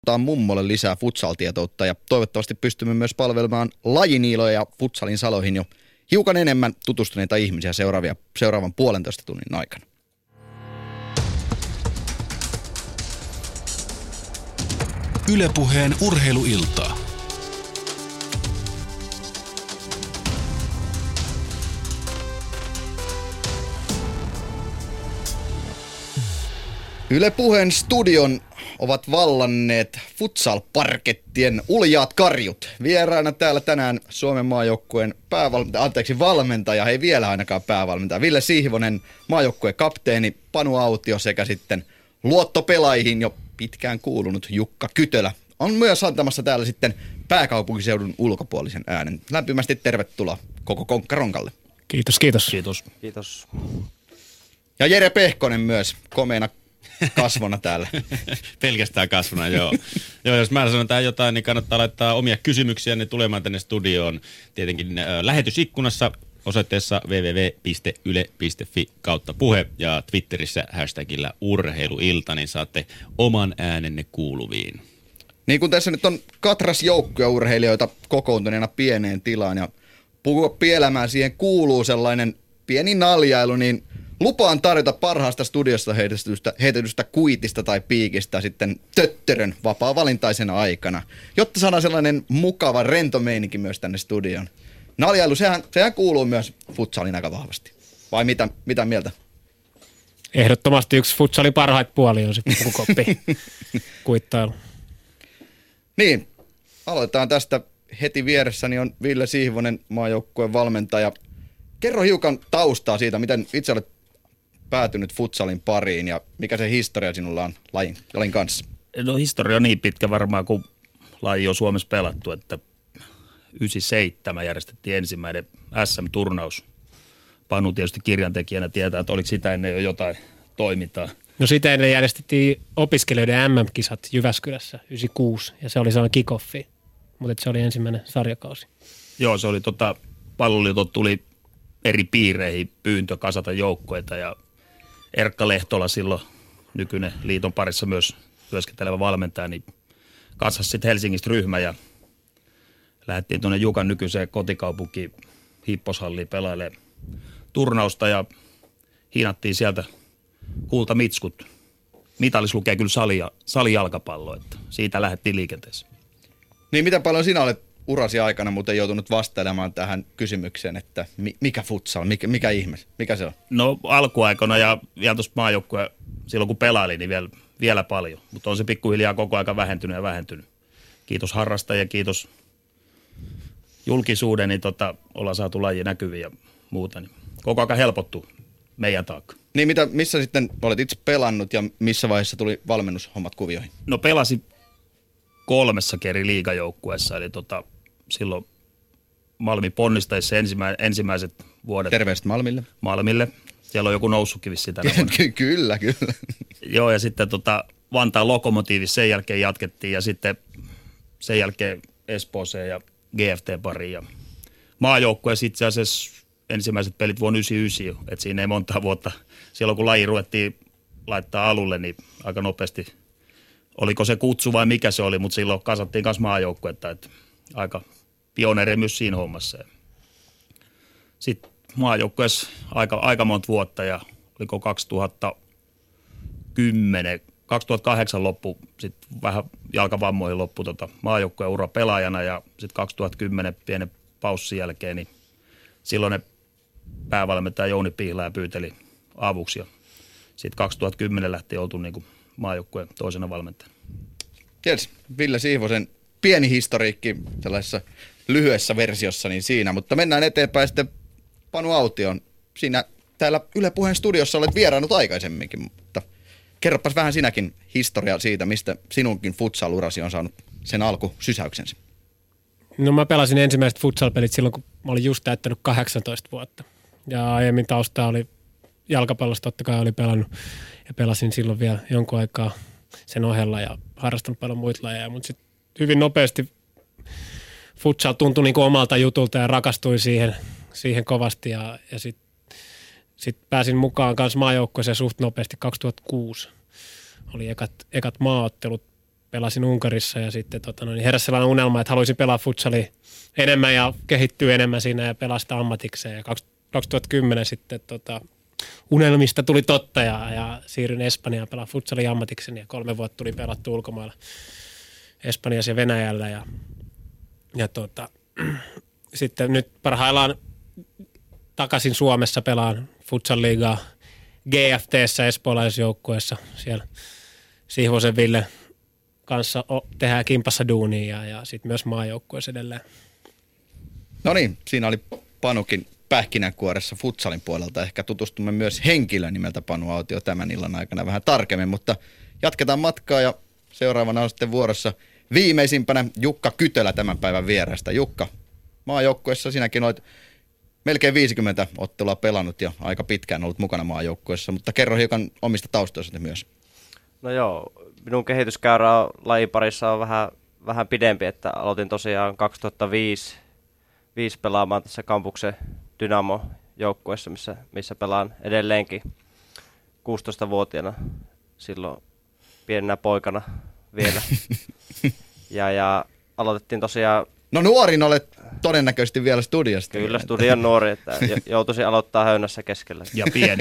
tuputtaa mummolle lisää futsal-tietoutta ja toivottavasti pystymme myös palvelemaan lajiniiloja ja futsalin saloihin jo hiukan enemmän tutustuneita ihmisiä seuraavan 1,5 tunnin aikana. Yle Puheen urheiluiltaa. Yle Puheen studion ovat vallanneet futsal-parkettien uljaat karjut. Vieraana täällä tänään Suomen maajoukkueen valmentaja, ei vielä ainakaan päävalmentaja, Ville Sihvonen, maajoukkueen kapteeni Panu Autio sekä sitten luottopelaihin jo pitkään kuulunut Jukka Kytölä. On myös antamassa täällä sitten pääkaupunkiseudun ulkopuolisen äänen. Lämpimästi tervetuloa koko Konkkaronkalle. Kiitos, kiitos. Kiitos. Kiitos. Ja Jere Pehkonen myös komeena kasvona täällä. Pelkästään kasvona, joo. Joo, jos mä sanon tähän jotain, niin kannattaa laittaa omia kysymyksiä ne tulemaan tänne studioon. Tietenkin lähetysikkunassa osoitteessa www.yle.fi/puhe ja Twitterissä hashtagillä urheiluilta, niin saatte oman äänenne kuuluviin. Niin kuin tässä nyt on katras joukkoja urheilijoita kokoontuneena pieneen tilaan ja pielämään siihen kuuluu sellainen pieni naljailu, niin lupaan tarjota parhaasta studiosta heitetystä kuitista tai piikistä sitten töttörön vapaa-valintaisena aikana, jotta saadaan sellainen mukava rento meininki myös tänne studioon. Naljailu, sehän kuuluu myös futsalin aika vahvasti. Vai mitä mieltä? Ehdottomasti yksi futsalin parhaita puoli on se pukukoppi kuittailu. Niin, aloitetaan tästä. Heti vieressäni on Ville Sihvonen, maajoukkueen valmentaja. Kerro hiukan taustaa siitä, miten itse olet päätynyt futsalin pariin ja mikä se historia sinulla on lajin kanssa? No historia on niin pitkä varmaan, kun laji on Suomessa pelattu, että 97 järjestettiin ensimmäinen SM-turnaus. Panu tietysti kirjantekijänä tietää, että oliko sitä ennen jo jotain toimintaa. No sitä ennen järjestettiin opiskelijoiden MM-kisat Jyväskylässä 96 ja se oli sellainen kick-offi, mutta se oli ensimmäinen sarjakausi. Joo, se oli palloliitot tuli eri piireihin pyyntö kasata joukkoita ja Erkka Lehtola silloin, nykyinen liiton parissa myös työskentelevä valmentaja, niin katsasi sitten Helsingistä ryhmä ja lähdettiin tuonne Jukan nykyiseen kotikaupunkiin Hipposhalliin pelailemaan turnausta ja hiinattiin sieltä kultamitskut. Mitalis lukee kyllä salijalkapallo, että siitä lähdettiin liikenteeseen. Niin miten paljon sinä olet urasi aikana muuten joutunut vastailemaan tähän kysymykseen, että mikä futsal, mikä ihme, mikä se on? No alkuaikana ja vielä tuossa maajoukkueen silloin kun pelaili, niin vielä paljon. Mutta on se pikkuhiljaa koko aika vähentynyt. Kiitos harrastajia, kiitos julkisuuden, niin ollaan saatu laji näkyviin ja muuta. Niin koko aika helpottuu meidän taakka. Niin missä sitten olet itse pelannut ja missä vaiheessa tuli valmennushommat kuvioihin? No pelasin 3 eri liigajoukkueessa, eli silloin Malmin ponnistajissa ensimmäiset vuodet. Terveiset Malmille. Malmille. Siellä on joku noussutkin vissiin tänä vuonna. Kyllä. Joo, ja sitten Vantaan Lokomotiivissa sen jälkeen jatkettiin ja sitten sen jälkeen Espooseen ja GFT-pariin. Ja maajoukkueessa itse asiassa ensimmäiset pelit vuonna 1999, että siinä ei monta vuotta. Silloin kun laji ruvettiin laittaa alulle, niin aika nopeasti, oliko se kutsu vai mikä se oli, mutta silloin kasattiin myös maajoukkuetta, että aika pioneeri myös siinä hommassa. Sitten maajoukkueessa aika monta vuotta ja oliko 2008 loppu, sitten vähän jalkavammoihin loppu maajoukkueen ura pelaajana ja sitten 2010 pienen paussin jälkeen, niin silloin päävalmentaja Jouni Pihlää pyyteli avuksi ja sitten 2010 lähti oltu niin maajoukkueen toisena valmentajana. Tiedätkö, Ville Sihvosen pieni historiikki sellaisessa lyhyessä versiossa niin siinä, mutta mennään eteenpäin sitten Panu Autioon. Siinä täällä Yle Puheen studiossa olet vieraannut aikaisemminkin, mutta kerropas vähän sinäkin historiaa siitä, mistä sinunkin futsal-urasi on saanut sen alkusysäyksensä. No mä pelasin ensimmäiset futsal-pelit silloin, kun mä olin just täyttänyt 18 vuotta. Ja aiemmin taustaa oli jalkapallosta, totta kai oli pelannut ja pelasin silloin vielä jonkun aikaa sen ohella ja harrastanut paljon muita lajeja, mutta sitten hyvin nopeasti futsal tuntui niin kuin omalta jutulta ja rakastuin siihen kovasti ja sitten pääsin mukaan kanssa maajoukkueeseen suht nopeasti 2006. Oli ekat maaottelut pelasin Unkarissa ja sitten heräsi sellainen unelma, että haluaisin pelaa futsalia enemmän ja kehittyä enemmän siinä ja pelaa sitä ammatikseen. Ja 2010 sitten unelmista tuli totta ja siirryin Espanjaan pelaa futsalia ammatikseni ja 3 vuotta tuli pelattu ulkomailla Espanjassa ja Venäjällä ja sitten nyt parhaillaan takaisin Suomessa pelaan futsal-liigaa GFT:ssä espoolaisjoukkueessa. Siellä Sihvosen Ville kanssa tehdään kimpassa duunia ja sitten myös maajoukkueessa edelleen. No niin, siinä oli Panukin pähkinänkuoressa futsalin puolelta. Ehkä tutustumme myös henkilön nimeltä Panu Autio tämän illan aikana vähän tarkemmin, mutta jatketaan matkaa ja seuraavana on sitten vuorossa viimeisimpänä Jukka Kytölä tämän päivän vieraista. Jukka, maajoukkueessa sinäkin olet melkein 50 ottelua pelannut ja aika pitkään ollut mukana maajoukkueessa, mutta kerro hiukan omista taustoista myös. No joo, minun kehityskäyrä lajiparissa on vähän pidempi, että aloitin tosiaan 2005 pelaamaan tässä kampuksen Dynamo-joukkueessa, missä pelaan edelleenkin 16-vuotiaana, silloin pienenä poikana vielä. ja aloitettiin tosiaan... No nuorin olet todennäköisesti vielä studiosta. Kyllä, studion nuori, että joutuisin aloittaa höynässä keskellä. Ja pieni.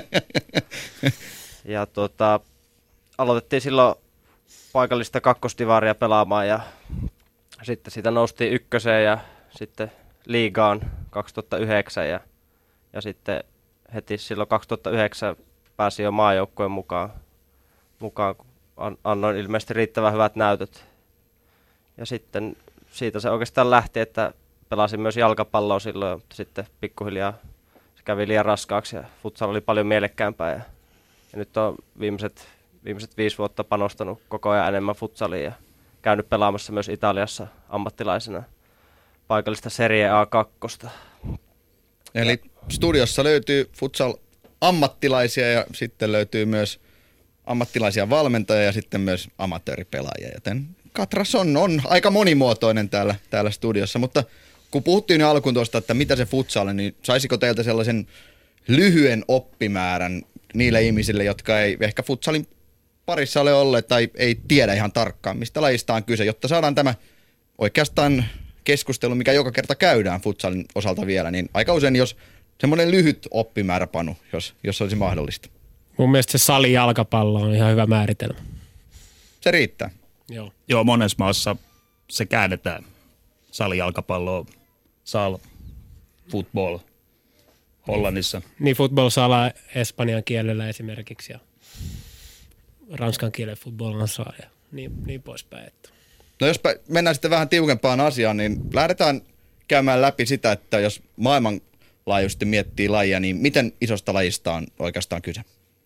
Ja aloitettiin silloin paikallista kakkosdivaria pelaamaan ja sitten siitä noustiin ykköseen ja sitten liigaan 2009 ja sitten heti silloin 2009 pääsin jo maajoukkueen mukaan kun annoin ilmeisesti riittävän hyvät näytöt. Ja sitten siitä se oikeastaan lähti, että pelasin myös jalkapalloa silloin, mutta sitten pikkuhiljaa se kävi liian raskaaksi ja futsal oli paljon mielekkäämpää. Ja nyt on viimeiset 5 vuotta panostanut koko ajan enemmän futsaliin ja käynyt pelaamassa myös Italiassa ammattilaisena paikallista Serie A2. Eli studiossa löytyy futsal-ammattilaisia ja sitten löytyy myös ammattilaisia valmentajia ja sitten myös amatööripelaajia, joten katras on aika monimuotoinen täällä studiossa, mutta kun puhuttiin jo alkuun tuosta, että mitä se futsal on, niin saisiko teiltä sellaisen lyhyen oppimäärän niille ihmisille, jotka ei ehkä futsalin parissa ole olleet tai ei tiedä ihan tarkkaan, mistä lajista on kyse, jotta saadaan tämä oikeastaan keskustelu, mikä joka kerta käydään futsalin osalta vielä, niin aika usein jos semmoinen lyhyt oppimäärä, Panu, jos olisi mahdollista. Mun mielestä se salijalkapallo on ihan hyvä määritelmä. Se riittää. Joo, monessa maassa se käännetään salijalkapalloa, sal, football, Hollannissa. Niin, football sala espanjan kielellä esimerkiksi ja ranskan kielen football on saa ja niin poispäin. No jos mennään sitten vähän tiukempaan asiaan, niin lähdetään käymään läpi sitä, että jos maailmanlaajuisesti miettii lajia, niin miten isosta lajista on oikeastaan kyse?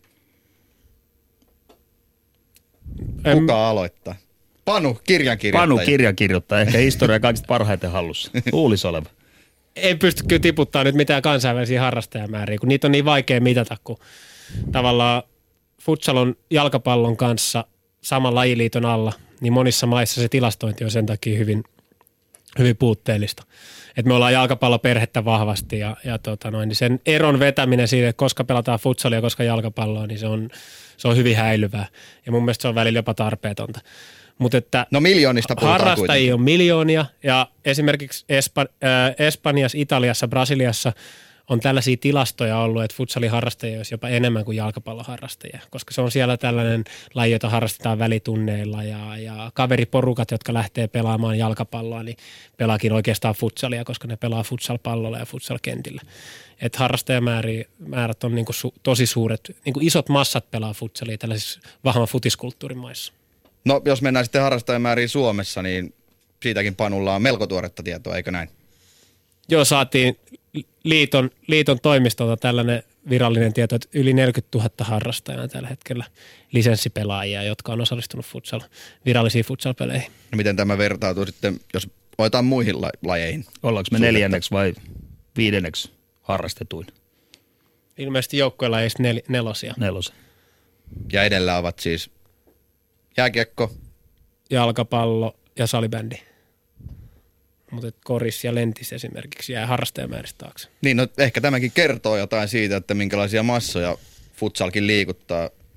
Kuka aloittaa? Panu, kirjankirjoittaja. Panu, kirjankirjoittaja. Ehkä historia kaikista parhaiten hallussa. Luulisi oleva. Ei pysty kyllä tiputtaa nyt mitään kansainvälisiä harrastajamääriä, kun niitä on niin vaikea mitata, kun tavallaan futsal on jalkapallon kanssa saman lajiliiton alla, niin monissa maissa se tilastointi on sen takia hyvin puutteellista. Et me ollaan jalkapalloperhettä vahvasti ja niin sen eron vetäminen siitä, että koska pelataan futsalia ja koska jalkapalloa, niin se on hyvin häilyvää. Ja mun mielestä se on välillä jopa tarpeetonta. No miljoonista puhutaan harrastajia kuitenkin. On miljoonia ja esimerkiksi Espanjassa, Italiassa, Brasiliassa on tällaisia tilastoja ollut, että futsalin harrastajia olisi jopa enemmän kuin jalkapalloharrastajia, koska se on siellä tällainen laji, jota harrastetaan välitunneilla ja kaveriporukat, jotka lähtee pelaamaan jalkapalloa, niin pelaakin oikeastaan futsalia, koska ne pelaa futsalpallolla ja futsalkentillä. Että harrastajamäärät on niinku tosi suuret, niinku isot massat pelaa futsalia tällaisissa vahvan futiskulttuurin maissa. No jos mennään sitten harrastajamääriin Suomessa, niin siitäkin Panulla on melko tuoretta tietoa, eikö näin? Joo, saatiin liiton toimistolta tällainen virallinen tieto, että yli 40 000 harrastajaa tällä hetkellä lisenssipelaajia, jotka on osallistunut virallisiin futsal-peleihin. No miten tämä vertautuu sitten, jos otetaan muihin lajeihin? Ollaanko me 4. vai 5. harrastetuin? Ilmeisesti joukkueella ei 4. 4. Ja edellä ovat siis jääkiekko, jalkapallo ja salibändi. Mutta koris ja lentis esimerkiksi jää harrastajamääristä taakse. Niin, no ehkä tämäkin kertoo jotain siitä, että minkälaisia massoja futsalkin liikuttaa.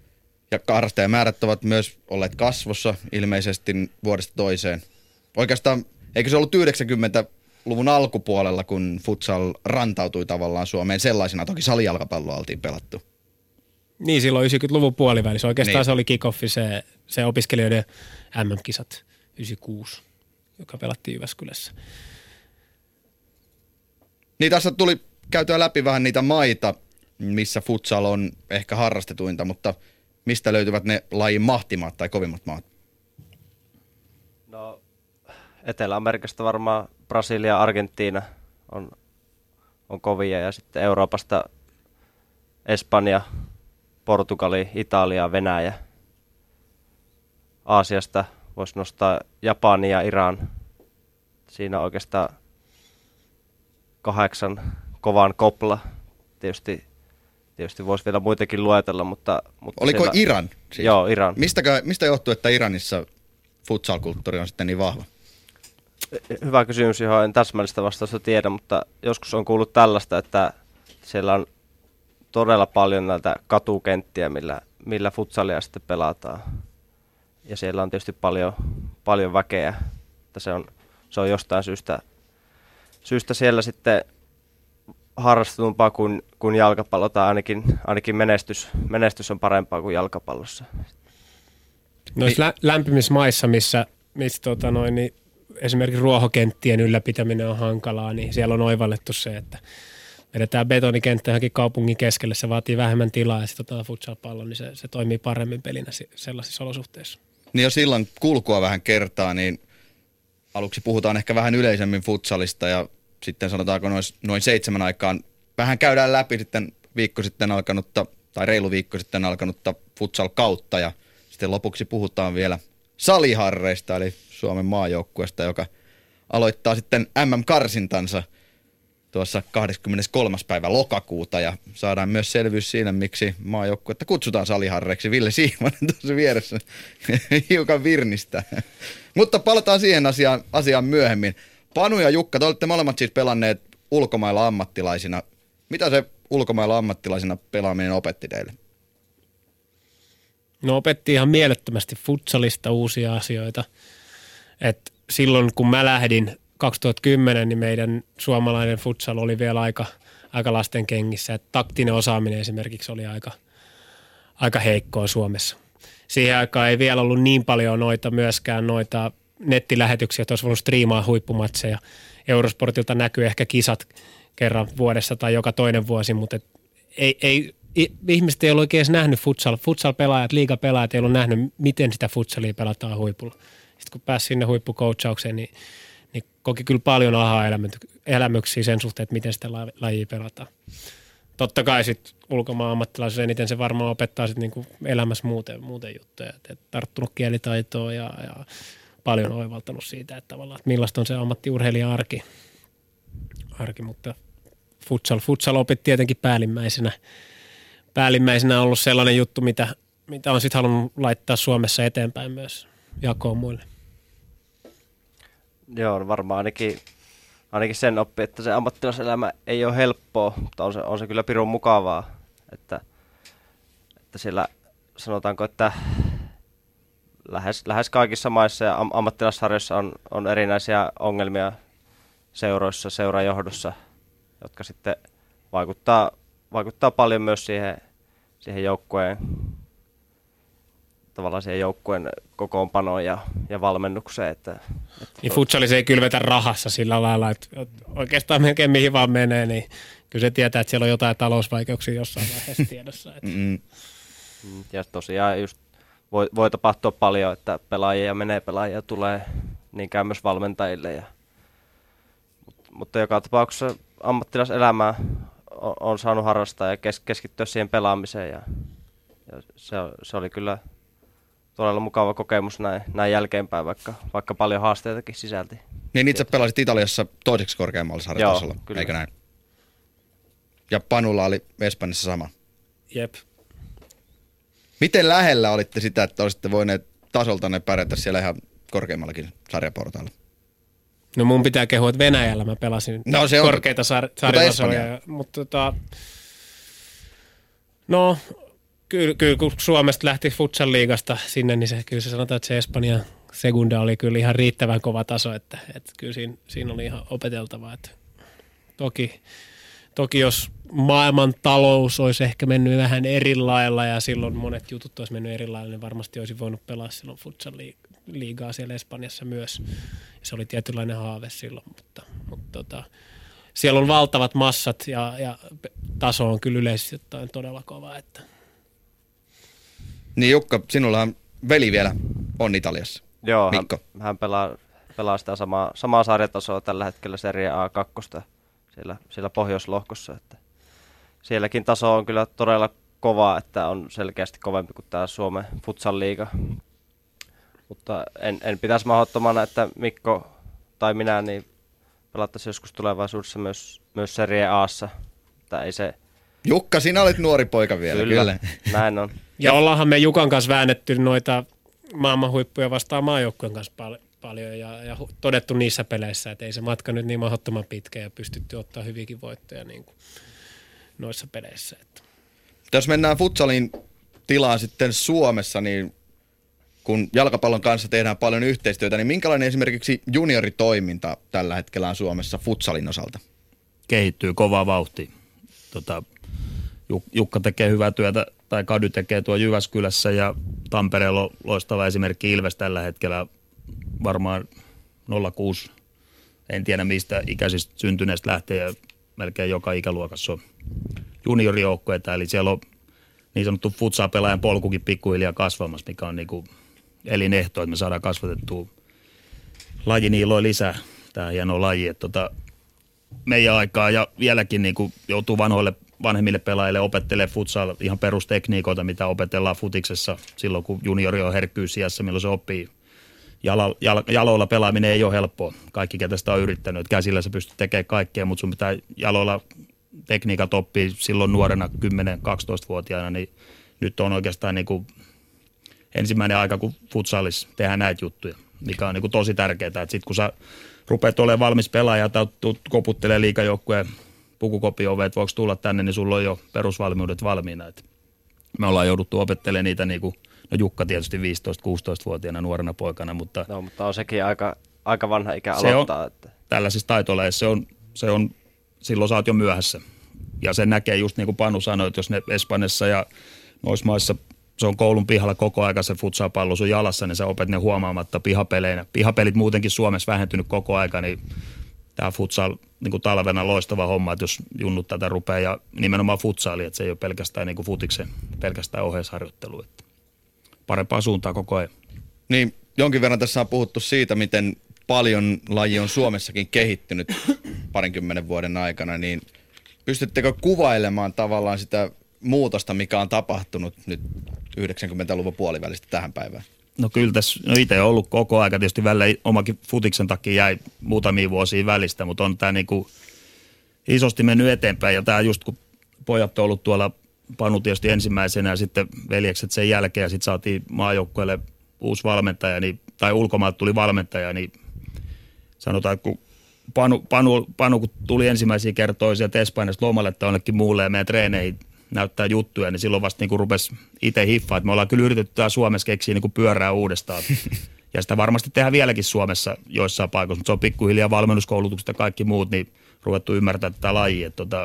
Ja harrastajamäärät ovat myös olleet kasvussa ilmeisesti vuodesta toiseen. Oikeastaan, eikö se ollut 90-luvun alkupuolella, kun futsal rantautui tavallaan Suomeen sellaisena, toki salijalkapalloa oltiin pelattu. Niin, silloin 90-luvun puolivälissä. Oikeastaan Niin. se oli kick-offi, se opiskelijoiden MM-kisat 96, joka pelattiin Jyväskylässä. Niin tässä tuli käytyä läpi vähän niitä maita, missä futsal on ehkä harrastetuinta, mutta mistä löytyvät ne lajin mahtimaat tai kovimmat maat? No, Etelä-Amerikasta varmaan Brasilia ja Argentiina on kovia ja sitten Euroopasta Espanja, Portugali, Italia, Venäjä. Aasiasta voisi nostaa Japani ja Iran. Siinä oikeastaan 8 kovan kopla. Tietysti voisi vielä muitakin luetella, mutta Oliko siellä... Iran? Siis? Joo, Iran. Mistä johtuu, että Iranissa futsal-kulttuuri on sitten niin vahva? Hyvä kysymys, johon en täsmällistä vastausta tiedä, mutta joskus on kuullut tällaista, että siellä on todella paljon näitä katukenttiä, millä futsalia sitten pelataan. Ja siellä on tietysti paljon väkeä, että se on jostain syystä siellä sitten harrastetumpaa kuin jalkapallo, tai ainakin menestys on parempaa kuin jalkapallossa. Noissa lämpimissä maissa, missä niin esimerkiksi ruohokenttien ylläpitäminen on hankalaa, niin siellä on oivallettu se, että vedetään betonikenttä johonkin kaupungin keskelle, se vaatii vähemmän tilaa ja sitten otetaan futsal-pallo, niin se toimii paremmin pelinä sellaisissa olosuhteissa. Niin jos silloin kulkua vähän kertaa, niin aluksi puhutaan ehkä vähän yleisemmin futsalista ja sitten sanotaanko noin 7 aikaan vähän käydään läpi sitten viikko sitten alkanutta tai reilu viikko sitten alkanutta futsal-kautta ja sitten lopuksi puhutaan vielä saliharreista eli Suomen maajoukkueesta, joka aloittaa sitten MM-karsintansa tuossa 23. päivä lokakuuta ja saadaan myös selvyys siinä, miksi maajoukkuetta kutsutaan saliharreiksi. Ville Siivonen tuossa vieressä hiukan virnistää. Mutta palataan siihen asiaan myöhemmin. Panu ja Jukka, te olette molemmat siis pelanneet ulkomailla ammattilaisina. Mitä se ulkomailla ammattilaisina pelaaminen opetti teille? No opetti ihan mielettömästi futsalista uusia asioita. Et silloin kun mä lähdin 2010, niin meidän suomalainen futsal oli vielä aika lasten kengissä. Et taktinen osaaminen esimerkiksi oli aika heikkoa Suomessa. Siihen aikaan ei vielä ollut niin paljon myöskään noita nettilähetyksiä, että olisi voinut striimaa huippumatseja. Eurosportilta näkyy ehkä kisat kerran vuodessa tai joka toinen vuosi, mutta ihmiset ei ollut oikein edes nähnyt futsal-pelaajat, liigapelaajat ei ollut nähnyt, miten sitä futsalia pelataan huipulla. Sitten kun pääsi sinne huippukoutsaukseen, niin koki kyllä paljon aha-elämyksiä sen suhteen, että miten sitä lajia pelataan. Totta kai sitten ulkomaan ammattilaisuus eniten se varmaan opettaa sitten niinku elämässä muuten juttuja. Et tarttunut kielitaitoa ja paljon oivaltanut siitä, että tavallaan, että millaista on se ammattiurheilijan arki. Mutta futsal opit tietenkin päällimmäisenä ollut sellainen juttu, mitä on sitten halunnut laittaa Suomessa eteenpäin myös jakoon muille. Joo, varmaan ainakin sen oppi, että se ammattilaiselämä ei ole helppoa, mutta on se kyllä pirun mukavaa, että siellä sanotaanko, että lähes kaikissa maissa ja ammattilaisharjoissa on erinäisiä ongelmia seuroissa, seurajohdossa, jotka sitten vaikuttaa paljon myös siihen joukkueen kokoonpanoon ja valmennukseen. Niin futsalissa ei kylvetä rahassa sillä lailla, että oikeastaan melkein mihin vaan menee, niin kyllä se tietää, että siellä on jotain talousvaikeuksia jossain vaiheessa tiedossa. Ja tosiaan just voi tapahtua paljon, että pelaajia tulee, niin käy myös valmentajille. Mutta joka tapauksessa ammattilaiselämää on saanut harrastaa ja keskittyä siihen pelaamiseen. Ja se oli kyllä todella mukava kokemus näin jälkeenpäin, vaikka paljon haasteitakin sisälti. Niin itse pelasit Italiassa toiseksi korkeammalla sarjatasolla, eikö näin? Ja Panulla oli Espanjassa sama. Jep. Miten lähellä olitte sitä, että olisitte voineet tasoltanne pärjätä siellä ihan korkeammallakin sarjaportailla? No mun pitää kehua, että Venäjällä mä pelasin korkeita sarjatasoja. Mutta Kyllä kun Suomesta lähti Futsal-liigasta sinne, niin kyllä se sanotaan, että se Espanjan segunda oli kyllä ihan riittävän kova taso, että kyllä siinä oli ihan opeteltavaa. Että toki jos maailman talous olisi ehkä mennyt vähän eri lailla ja silloin monet jutut olisi mennyt eri lailla, niin varmasti olisi voinut pelaa silloin Futsal-liigaa siellä Espanjassa myös. Ja se oli tietynlainen haave silloin, mutta siellä on valtavat massat ja taso on kyllä yleisesti ottaen todella kova. Että. Niin Jukka, sinullahan veli vielä on Italiassa. Joo, Mikko. hän pelaa sitä samaa sarjatasoa tällä hetkellä Serie A2 siellä pohjoislohkossa. Että sielläkin taso on kyllä todella kova, että on selkeästi kovempi kuin tämä Suomen futsal-liiga. Mutta en pitäisi mahdottomana, että Mikko tai minä niin pelattaisiin joskus tulevaisuudessa myös Serie A:ssa. Että ei se... Jukka, sinä olet nuori poika vielä, kyllä. Näin on. Ja ollaanhan me Jukan kanssa väännetty noita maailman huippuja vastaan maajoukkueen kanssa paljon ja todettu niissä peleissä, että ei se matka nyt niin mahdottoman pitkä ja pystytty ottaa hyvinkin voittoja niin kuin noissa peleissä. Että. Jos mennään futsalin tilaan sitten Suomessa, niin kun jalkapallon kanssa tehdään paljon yhteistyötä, niin minkälainen esimerkiksi junioritoiminta tällä hetkellä on Suomessa futsalin osalta? Kehittyy kovaa vauhtia. Jukka tekee hyvää työtä, tai Kady tekee tuo Jyväskylässä, ja Tampereella on loistava esimerkki Ilves tällä hetkellä, varmaan 06, en tiedä mistä ikäisistä syntyneistä lähtee, ja melkein joka ikäluokassa on juniorijoukkoita, eli siellä on niin sanottu futsal-pelaajan polkukin pikkuhiljaa kasvamassa, mikä on niin kuin elinehto, että me saadaan kasvatettua lajiniiloja lisää, tämä hieno laji, että meidän aikaa ja vieläkin niin kuin joutuu vanhemmille pelaajille opettelemaan futsal ihan perustekniikoita, mitä opetellaan futiksessa silloin, kun juniori on herkkyysiässä, milloin se oppii. Jaloilla pelaaminen ei ole helppoa. Kaikki, ketä sitä on yrittänyt. Että käsillä sä pystyt tekemään kaikkea, mutta sun pitää jaloilla tekniikat oppia silloin nuorena 10-12-vuotiaana, niin nyt on oikeastaan niin kuin ensimmäinen aika, kun futsalissa tehdään näitä juttuja, mikä on niin kuin tosi tärkeää. Sitten kun sä rupeat olemaan valmis pelaaja tai koputtelemaan liigajoukkueen pukukopioon, että voiko tulla tänne, niin sulla on jo perusvalmiudet valmiina. Et me ollaan jouduttu opettelemaan niitä, niin kuin, no Jukka tietysti 15-16-vuotiaana nuorena poikana, mutta... No, mutta on sekin aika vanha ikä aloittaa. Että. Tällaisissa taitoleissa se on, silloin sä oot jo myöhässä. Ja se näkee just niin kuin Panu sanoi, että jos ne Espanjassa ja noissa maissa se on koulun pihalla koko ajan se futsal-pallo sun jalassa, niin sä opet ne huomaamatta pihapeleinä. Pihapelit muutenkin Suomessa vähentynyt koko ajan, niin tämä futsal niin kuin talvena loistava homma, että jos junnut tätä rupeaa ja nimenomaan futsaali, että se ei ole pelkästään niin kuin futiksen, pelkästään oheisharjoittelu. Että parempaa suuntaa koko ajan. Niin, jonkin verran tässä on puhuttu siitä, miten paljon laji on Suomessakin kehittynyt 20 vuoden aikana, niin pystyttekö kuvailemaan tavallaan sitä muutosta, mikä on tapahtunut nyt 90-luvun puolivälistä tähän päivään? No kyllä tässä, itse on ollut koko aika, tietysti välillä omakin futiksen takia jäi muutamia vuosia välistä, mutta on tämä niinku isosti mennyt eteenpäin ja tämä just kun pojat on ollut tuolla, Panu tietysti ensimmäisenä ja sitten veljekset sen jälkeen ja sitten saatiin maajoukkueelle uusi valmentaja, tai ulkomailta tuli valmentaja, niin sanotaan, että kun Panu kun tuli ensimmäisiä kertoja sieltä Espanjasta lomalle tai jonnekin muulle ja meidän treeneihin näyttää juttuja, niin silloin vasta niin rupesi itse hiffaa, että me ollaan kyllä yritetty täällä Suomessa keksiä niin pyörää uudestaan. Ja sitä varmasti tehdään vieläkin Suomessa joissain paikoissa, mutta se on pikkuhiljaa valmennuskoulutukset ja kaikki muut, niin ruvettu ymmärtää tätä lajia.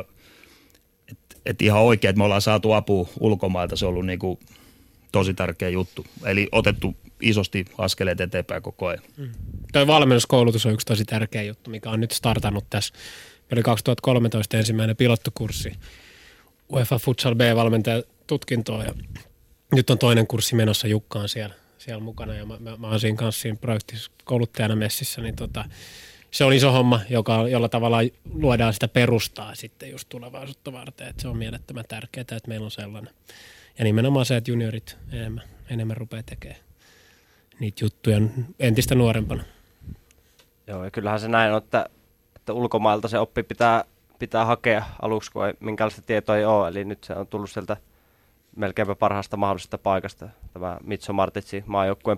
Että ihan oikein, että me ollaan saatu apua ulkomailta, se on ollut niin kuin tosi tärkeä juttu. Eli otettu isosti askeleet eteenpäin koko ajan. Tuo valmennuskoulutus on yksi tosi tärkeä juttu, mikä on nyt startannut tässä. Oli 2013 ensimmäinen pilottokurssi UEFA Futsal B-valmentajatutkintoa ja nyt on toinen kurssi menossa, Jukka on siellä mukana ja mä oon siinä kanssa siinä projektissa kouluttajana messissä, niin se on iso homma, jolla tavallaan luodaan sitä perustaa sitten just tulevaisuutta varten, että se on mielettömän tärkeää, että meillä on sellainen. Ja nimenomaan se, että juniorit enemmän rupeaa tekemään niitä juttuja entistä nuorempana. Joo, ja kyllähän se näin on, että ulkomailta se oppi pitää hakea aluksi, kun minkälaista tietoa ei ole. Eli nyt se on tullut sieltä melkeinpä parhaasta mahdollisesta paikasta. Tämä Mitso Martitsi, maajoukkueen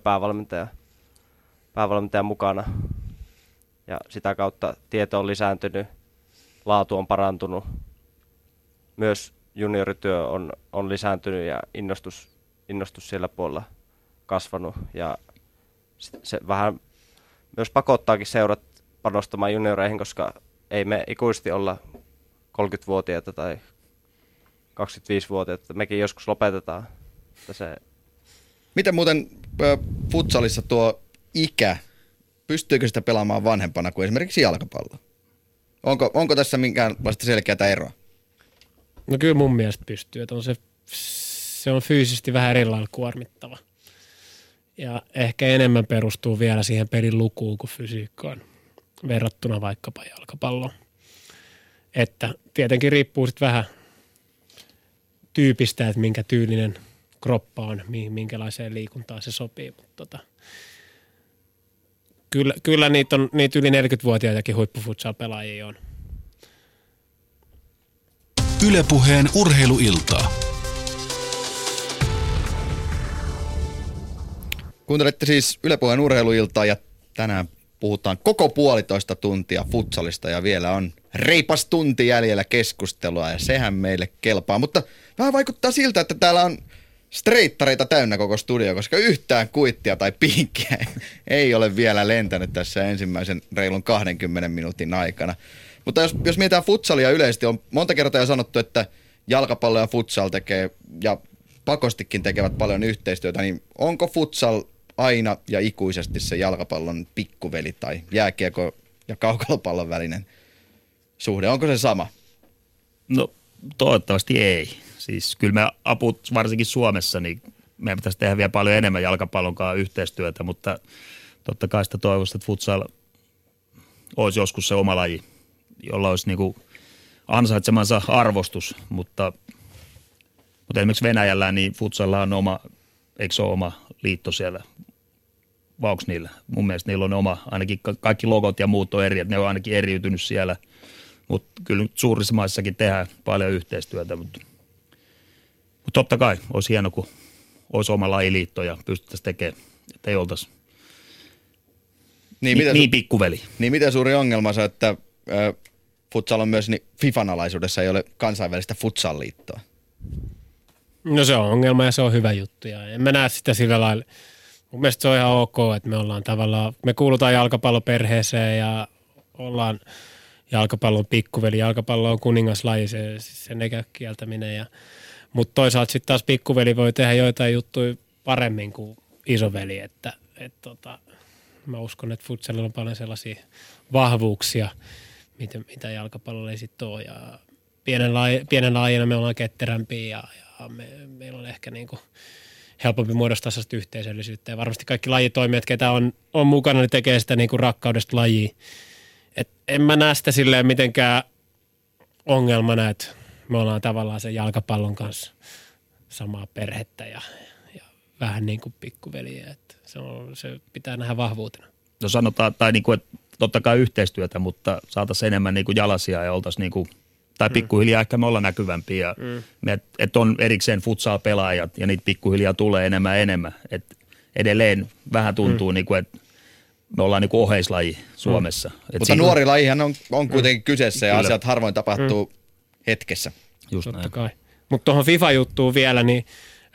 päävalmentaja mukana. Ja sitä kautta tieto on lisääntynyt, laatu on parantunut. Myös juniorityö on lisääntynyt ja innostus siellä puolella kasvanut. Ja se vähän myös pakottaakin seurat panostamaan junioreihin, koska ei me ikuisesti olla 30-vuotiaita tai 25-vuotiaita. Mekin joskus lopetetaan. Miten muuten futsalissa tuo ikä, pystyykö sitä pelaamaan vanhempana kuin esimerkiksi jalkapallo? Onko tässä minkäänlaista selkeää eroa? No kyllä mun mielestä pystyy, että se on fyysisesti vähän eri lailla kuormittava. Ja ehkä enemmän perustuu vielä siihen pelin lukuun kuin fysiikkaan verrattuna vaikkapa jalkapalloon. Että tietenkin riippuu sitten vähän tyypistä, että minkä tyylinen kroppa on, minkälaiseen liikuntaan se sopii. Mutta kyllä niitä yli 40-vuotiaitakin huippufutsal-pelaajia on. Yle Puheen urheiluiltaa. Kuuntelette siis Yle Puheen urheiluiltaa ja tänään puhutaan koko 1,5 tuntia futsalista ja vielä on reipas tunti jäljellä keskustelua ja sehän meille kelpaa. Mutta vähän vaikuttaa siltä, että täällä on streittareita täynnä koko studio, koska yhtään kuittia tai pinkkiä ei ole vielä lentänyt tässä ensimmäisen reilun 20 minuutin aikana. Mutta jos mietitään futsalia yleisesti, on monta kertaa jo sanottu, että jalkapallo ja futsal tekee ja pakostikin tekevät paljon yhteistyötä, niin onko futsal aina ja ikuisesti se jalkapallon pikkuveli tai jääkiekko ja kaukalopallon välinen suhde? Onko se sama? No toivottavasti ei. Siis kyllä me aput, varsinkin Suomessa, niin meidän pitäisi tehdä vielä paljon enemmän jalkapallon kanssa yhteistyötä, mutta totta kai sitä toivoisi, että futsal olisi joskus se oma laji, jolla olisi niin kuin ansaitsemansa arvostus, mutta esimerkiksi Venäjällä niin futsalla on oma, eikö se ole oma liitto siellä? Vauks niillä? Mun mielestä niillä on oma, ainakin kaikki logot ja muut on eri, että ne on ainakin eriytynyt siellä, mutta kyllä nyt suurissa maissakin tehdään paljon yhteistyötä, mutta totta kai olisi hieno, kun olisi oma lajiliitto ja pystyttäisiin tekemään, että ei oltaisi niin pikkuveli. Niin miten suuri ongelma se, että futsal on myös, niin FIFAn alaisuudessa ei ole kansainvälistä futsal-liittoa? No se on ongelma ja se on hyvä juttu ja en mä näe sitä sillä lailla. Mun mielestä se on ihan ok, että me kuulutaan jalkapalloperheeseen ja ollaan jalkapallon pikkuveli. Jalkapallo on kuningaslaji, sen eikä kieltäminen. Mutta toisaalta sitten taas pikkuveli voi tehdä joitain juttuja paremmin kuin isoveli. Mä uskon, että futsalilla on paljon sellaisia vahvuuksia, mitä jalkapallolla ei sitten ole. Ja pienen lajina me ollaan ketterämpiä ja meillä on ehkä niinku helpompi muodostaa sellaista yhteisöllisyyttä. Ja varmasti kaikki lajitoimijat, ketä on mukana, niin tekee sitä niinku rakkaudesta lajiin. Et en mä näe sitä silleen mitenkään ongelmana, että me ollaan tavallaan sen jalkapallon kanssa samaa perhettä ja vähän niin kuin pikkuveliä. Että se pitää nähdä vahvuutena. No sanotaan, tai niin kuin, että totta kai yhteistyötä, mutta saataisiin enemmän niin kuin jalasia ja oltaisiin niin kuin, tai pikkuhiljaa ehkä me ollaan näkyvämpiä. Että on erikseen futsal-pelaajat ja niitä pikkuhiljaa tulee enemmän. Että edelleen vähän tuntuu, niin kuin, että me ollaan niin kuin oheislaji Suomessa. Mutta nuori lajihan on kuitenkin kyseessä ja asiat harvoin tapahtuu hetkessä. Just totta näin. Kai. Mutta tuohon FIFA-juttuun vielä, niin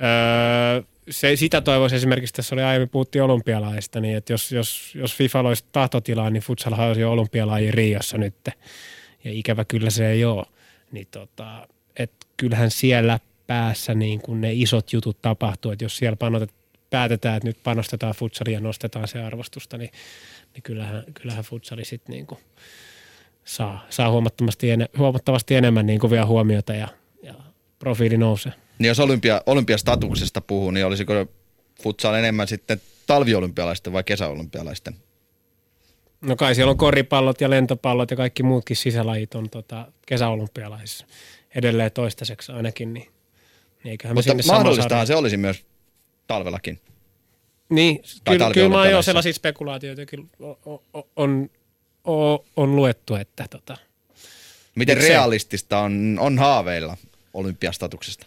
sitä toivoisi esimerkiksi, tässä oli aiemmin puhuttiin olympialaista, niin että jos FIFA olisi tahtotilaa, niin futsalhan olisi jo olympialaji Riossa nyt. Ja ikävä kyllä se ei ole. Niin että kyllähän siellä päässä niin kun ne isot jutut tapahtuu, että jos siellä päätetään, että nyt panostetaan futsaliin ja nostetaan se arvostusta, niin kyllähän futsali sitten niin saa huomattavasti enemmän niin kuin vielä huomiota ja profiili nousee. Niin jos olympiastatuksesta puhuu, niin olisiko futsal enemmän sitten talviolympialaisten vai kesäolympialaisten? No kai siellä on koripallot ja lentopallot ja kaikki muutkin sisälajit on kesäolympialaisissa edelleen toistaiseksi ainakin. Niin eiköhän mutta mahdollistahan se olisi myös talvellakin. Niin, kyllä mä oon jo sellaisia spekulaatioitakin on luettu, että miten realistista on haaveilla olympiastatuksesta?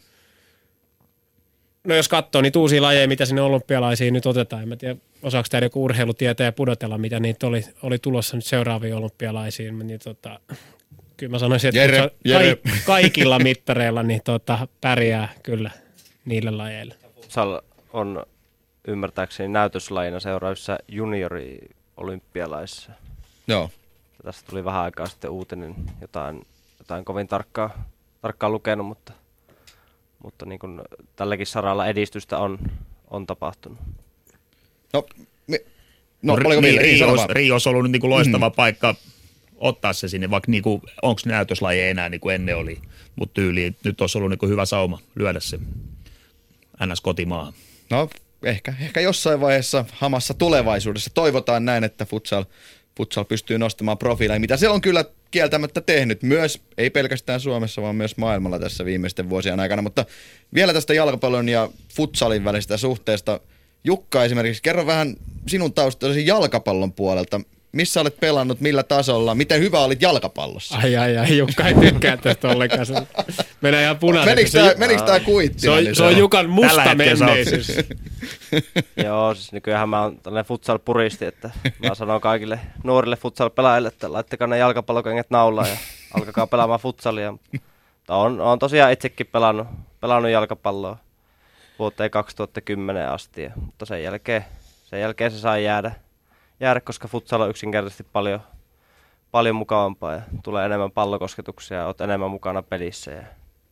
No jos katsoo niitä uusia lajeja, mitä sinne olympialaisiin nyt otetaan, en mä tiedä, osaako tämä joku urheilutieteen ja pudotella, mitä niitä oli tulossa nyt seuraaviin olympialaisiin, niin kyllä mä sanoisin, että Jere. kaikilla mittareilla niin pärjää kyllä niillä lajeilla. Futsal on ymmärtääkseni näytöslajina seuraavissa juniori-olympialaissa. Joo. Tästä tuli vähän aikaa sitten uutinen, jotain kovin tarkkaan lukenut, mutta niin kuin tälläkin saralla edistystä on tapahtunut. Oliko Ville? Rio olisi ollut nyt niinku loistava paikka ottaa se sinne, vaikka niinku, onko näytöslaji enää niin kuin ennen oli, mutta tyyliin nyt olisi ollut niinku hyvä sauma lyödä se NS-kotimaahan. No ehkä jossain vaiheessa hamassa tulevaisuudessa. Toivotaan näin, että futsal pystyy nostamaan profiileja, mitä se on kyllä kieltämättä tehnyt myös, ei pelkästään Suomessa, vaan myös maailmalla tässä viimeisten vuosien aikana. Mutta vielä tästä jalkapallon ja futsalin välisestä suhteesta. Jukka esimerkiksi, kerro vähän sinun taustasi jalkapallon puolelta. Missä olet pelannut, millä tasolla, miten hyvä olit jalkapallossa? Ai, Jukka ei tykkää tästä ollenkaan. Menee ihan punaiseksi. Menikö tämä kuittina? Se on Jukan musta menneisyys. Joo, siis nykyään mä oon tällainen futsal-puristi, että mä sanon kaikille nuorille futsal-pelaajille, että laittakaa ne jalkapallokengät naulaan ja alkakaa pelaamaan futsalia. Mutta on tosiaan itsekin pelannut jalkapalloa vuoteen 2010 asti, mutta sen jälkeen se sai jäädä, koska futsal on yksinkertaisesti paljon mukavampaa ja tulee enemmän pallokosketuksia ja oot enemmän mukana pelissä. Ja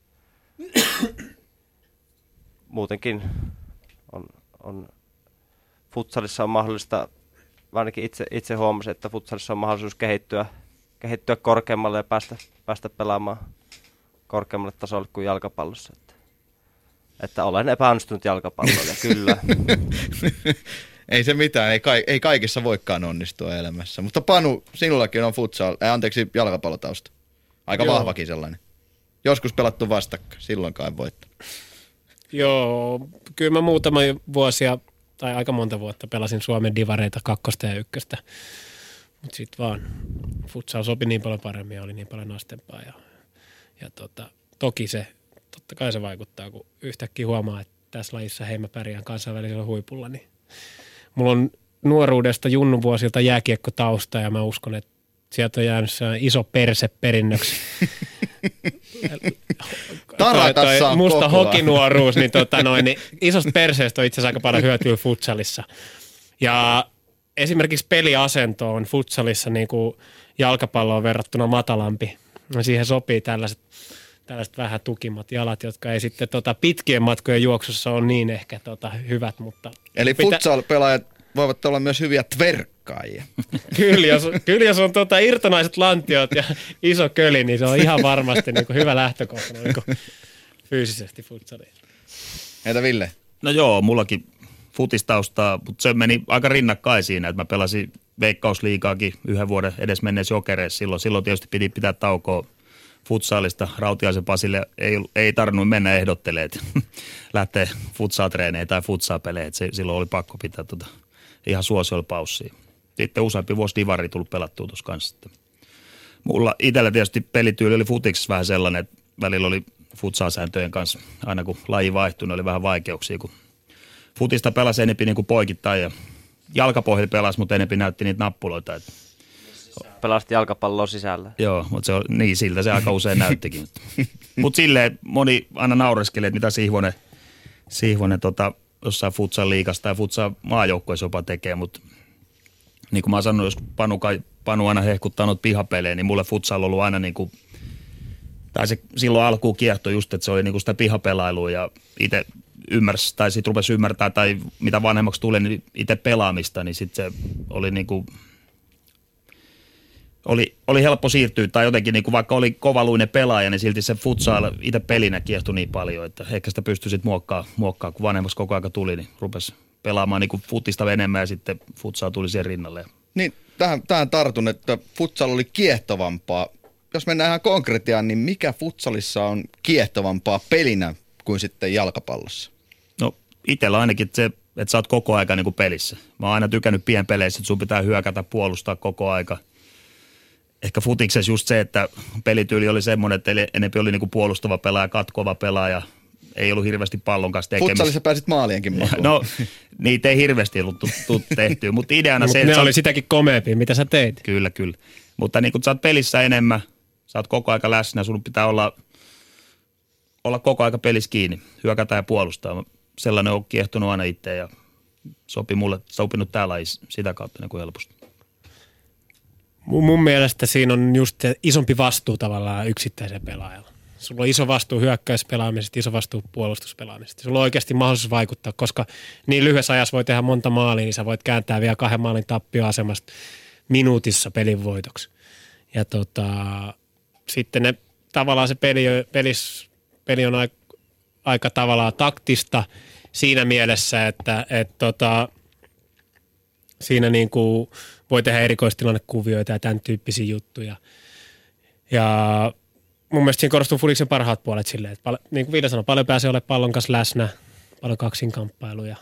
muutenkin on futsalissa on mahdollista, ainakin itse huomasin, että futsalissa on mahdollisuus kehittyä korkeammalle ja päästä pelaamaan korkeammalle tasolle kuin jalkapallossa. Että olen epäonnistunut jalkapallolla, kyllä. Ei se mitään, ei kaikissa voikaan onnistua elämässä. Mutta Panu, sinullakin on jalkapallotausta. Aika vahvakin sellainen. Joskus pelattu vastakkain, silloinkaan voittanut. Joo, kyllä mä muutama vuosia, tai aika monta vuotta pelasin Suomen divareita 2 ja 1. Mutta sitten vaan futsal sopi niin paljon paremmin ja oli niin paljon astempaa. Ja toki totta kai se vaikuttaa, kun yhtäkkiä huomaa, että tässä lajissa hei mä pärjään kansainvälisellä huipulla, niin mulla on nuoruudesta junnuvuosilta jääkiekkotausta ja mä uskon, että sieltä on jäänyt iso perse perinnöksi. Tarakassa on musta hokinuoruus, niin, niin isosta perseestä on itse asiassa aika paljon hyötyä futsalissa. Ja esimerkiksi peliasento on futsalissa niin kuin jalkapalloon verrattuna matalampi. Siihen sopii tällaiset vähän tukimmat jalat, jotka ei sitten pitkien matkojen juoksussa ole niin ehkä hyvät. Mutta eli futsal-pelaajat voivat olla myös hyviä tverkkaajia. Kyllä, jos on irtonaiset lantiot ja iso köli, niin se on ihan varmasti niin kuin hyvä lähtökohta niin fyysisesti futsaliin. Entä Ville? No joo, mullakin futistaustaa, mutta se meni aika rinnakkain siinä, että mä pelasin Veikkausliigaakin 1 vuoden edesmenneessä Jokereissa. Silloin tietysti piti pitää taukoa futsaalista. Rautiaisen Pasille ei tarvinnut mennä ehdottelemaan, että lähtee futsal-treeneihin tai futsal-peleihin. Silloin oli pakko pitää ihan suosiolla paussia. Sitten useampi vuosi divari tullut pelattua tuossa kanssa. Mulla itsellä tietysti pelityyli oli futiksessa vähän sellainen, että välillä oli futsal-sääntöjen kanssa. Aina kun laji vaihtui, niin oli vähän vaikeuksia, kun futista pelasi enempi niin kuin poikittain ja jalkapohjalla pelasi, mutta enempi näytti niitä nappuloita. Pelasit jalkapalloa sisällä. Joo, mutta siltä se aika usein näyttikin. Mutta silleen moni aina naureskelee, että mitä Sihvonen jossain futsal-liigassa tai futsal-maajoukkueessa jopa tekee, mutta niin kuin mä oon sanonut, jos Panu aina hehkuttaa noita pihapelejä, niin mulle futsal on ollut aina niin kuin, tai se silloin alkuun kiehtoi just, että se oli niin kuin sitä pihapelailua ja itse ymmärsi, tai sitten rupesi ymmärtää, tai mitä vanhemmaksi tuli, niin itse pelaamista, niin sitten se oli niin kuin, oli helppo siirtyä, tai jotenkin niin kuin vaikka oli kovaluinen pelaaja, niin silti se futsal itse pelinä kiehtui niin paljon, että ehkä sitä pystyi sitten muokkaa, kun vanhemmaksi koko aika tuli, niin rupesi pelaamaan niin kuin futista enemmän ja sitten futsal tuli siihen rinnalle. Niin, tähän tartun, että futsal oli kiehtovampaa. Jos mennään ihan konkretiaan, niin mikä futsalissa on kiehtovampaa pelinä kuin sitten jalkapallossa? No itsellä ainakin se, että sä oot koko aika niin kuin pelissä. Mä oon aina tykännyt pienpeleissä, että sun pitää hyökätä, puolustaa koko aika. Ehkä futiksessa just se, että pelityyli oli semmoinen, että enemmän oli niinku puolustava pelaaja, katkova pelaaja, ei ollut hirveästi pallon kanssa tekemistä. Futsalissa pääsit maalienkin makuun. No, niitä ei hirveästi ollut tehtyä, mutta ideana se, että ne oli sitäkin komeampia, mitä sä teit. Kyllä. Mutta niin kun sä oot pelissä enemmän, Sä oot koko aika läsnä, sun pitää olla koko aika pelissä kiinni, hyökätä ja puolustaa. Sellainen on kiehtonut aina itse ja sopinut täällä sitä kautta niin kuin helposti. Mun mielestä siinä on just se isompi vastuu tavallaan yksittäisen pelaajalla. Sulla on iso vastuu hyökkäyspelaamisesta, iso vastuu puolustuspelaamisesta. Sulla on oikeasti mahdollisuus vaikuttaa, koska niin lyhyessä ajassa voi tehdä monta maalia, niin sä voit kääntää vielä 2 maalin tappioasemasta minuutissa pelin voitoksi. Ja sitten ne, tavallaan se peli on aika tavallaan taktista siinä mielessä, että siinä niin kuin voi tehdä erikoistilannekuvioita ja tämän tyyppisiä juttuja. Ja mun mielestä siinä korostuu Fudiksen parhaat puolet silleen, että niin kuin Viida sanoi, paljon pääsee olemaan pallon kanssa läsnä, paljon kaksinkamppailuja.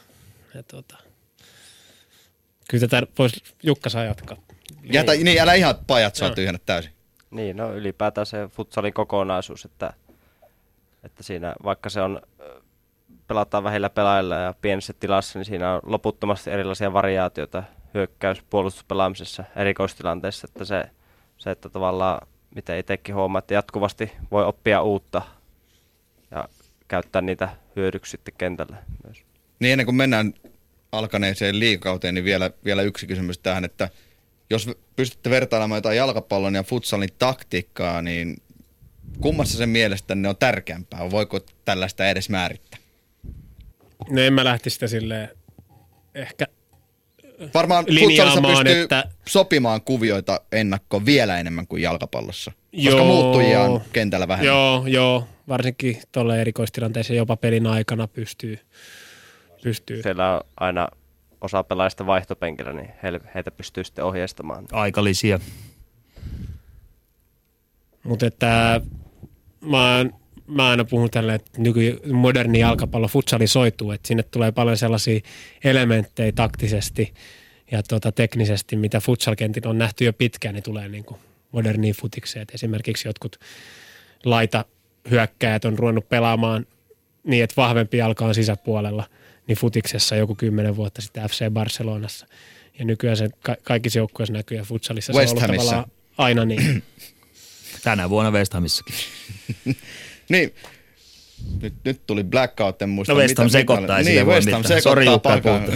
Kyllä tätä voisi Jukka saa jatkaa. Niin, älä ihan pajat saa tyhjennä täysin. Niin, no ylipäätään se futsalin kokonaisuus, että siinä vaikka se on, pelataan vähillä pelaajilla ja pienessä tilassa, niin siinä on loputtomasti erilaisia variaatioita hyökkäys- puolustuspelaamisessa erikoistilanteessa, että se, että tavallaan, miten itsekin huomaa, että jatkuvasti voi oppia uutta ja käyttää niitä hyödyksi sitten kentällä myös. Niin ennen kuin mennään alkaneeseen liigakauteen, niin vielä yksi kysymys tähän, että jos pystytte vertailemaan jotain jalkapallon ja futsalin taktiikkaa, niin kummassa sen mielestänne on tärkeämpää? Voiko tällaista edes määrittää? No en mä lähtisi sitä silleen ehkä varmaan futsalissa pystyy että sopimaan kuvioita ennakkoon vielä enemmän kuin jalkapallossa, koska muuttujia on kentällä vähemmän. Joo, varsinkin tuolla erikoistilanteessa jopa pelin aikana pystyy. Siellä on aina osa pelaajista vaihtopenkillä, niin heitä pystyy sitten ohjeistamaan. Aikalisia. Mutta että mä aina puhun tälleen, että moderni jalkapallo futsali soituu, että sinne tulee paljon sellaisia elementtejä taktisesti ja teknisesti, mitä futsalkentillä on nähty jo pitkään, niin tulee niin kuin moderniin futikseen. Et esimerkiksi jotkut laitahyökkäjät on ruvennut pelaamaan niin, että vahvempi jalka on sisäpuolella, niin futiksessa joku 10 vuotta sitten FC Barcelonassa. Ja nykyään se kaikissa joukkueissa näkyy ja futsalissa se on ollut tavallaan aina niin. Tänä vuonna West Hamissakin. Niin, nyt tuli blackout, en muista. No West Ham sekoittaa, ei sitä voi mitään. Sori Jukka puhutaan.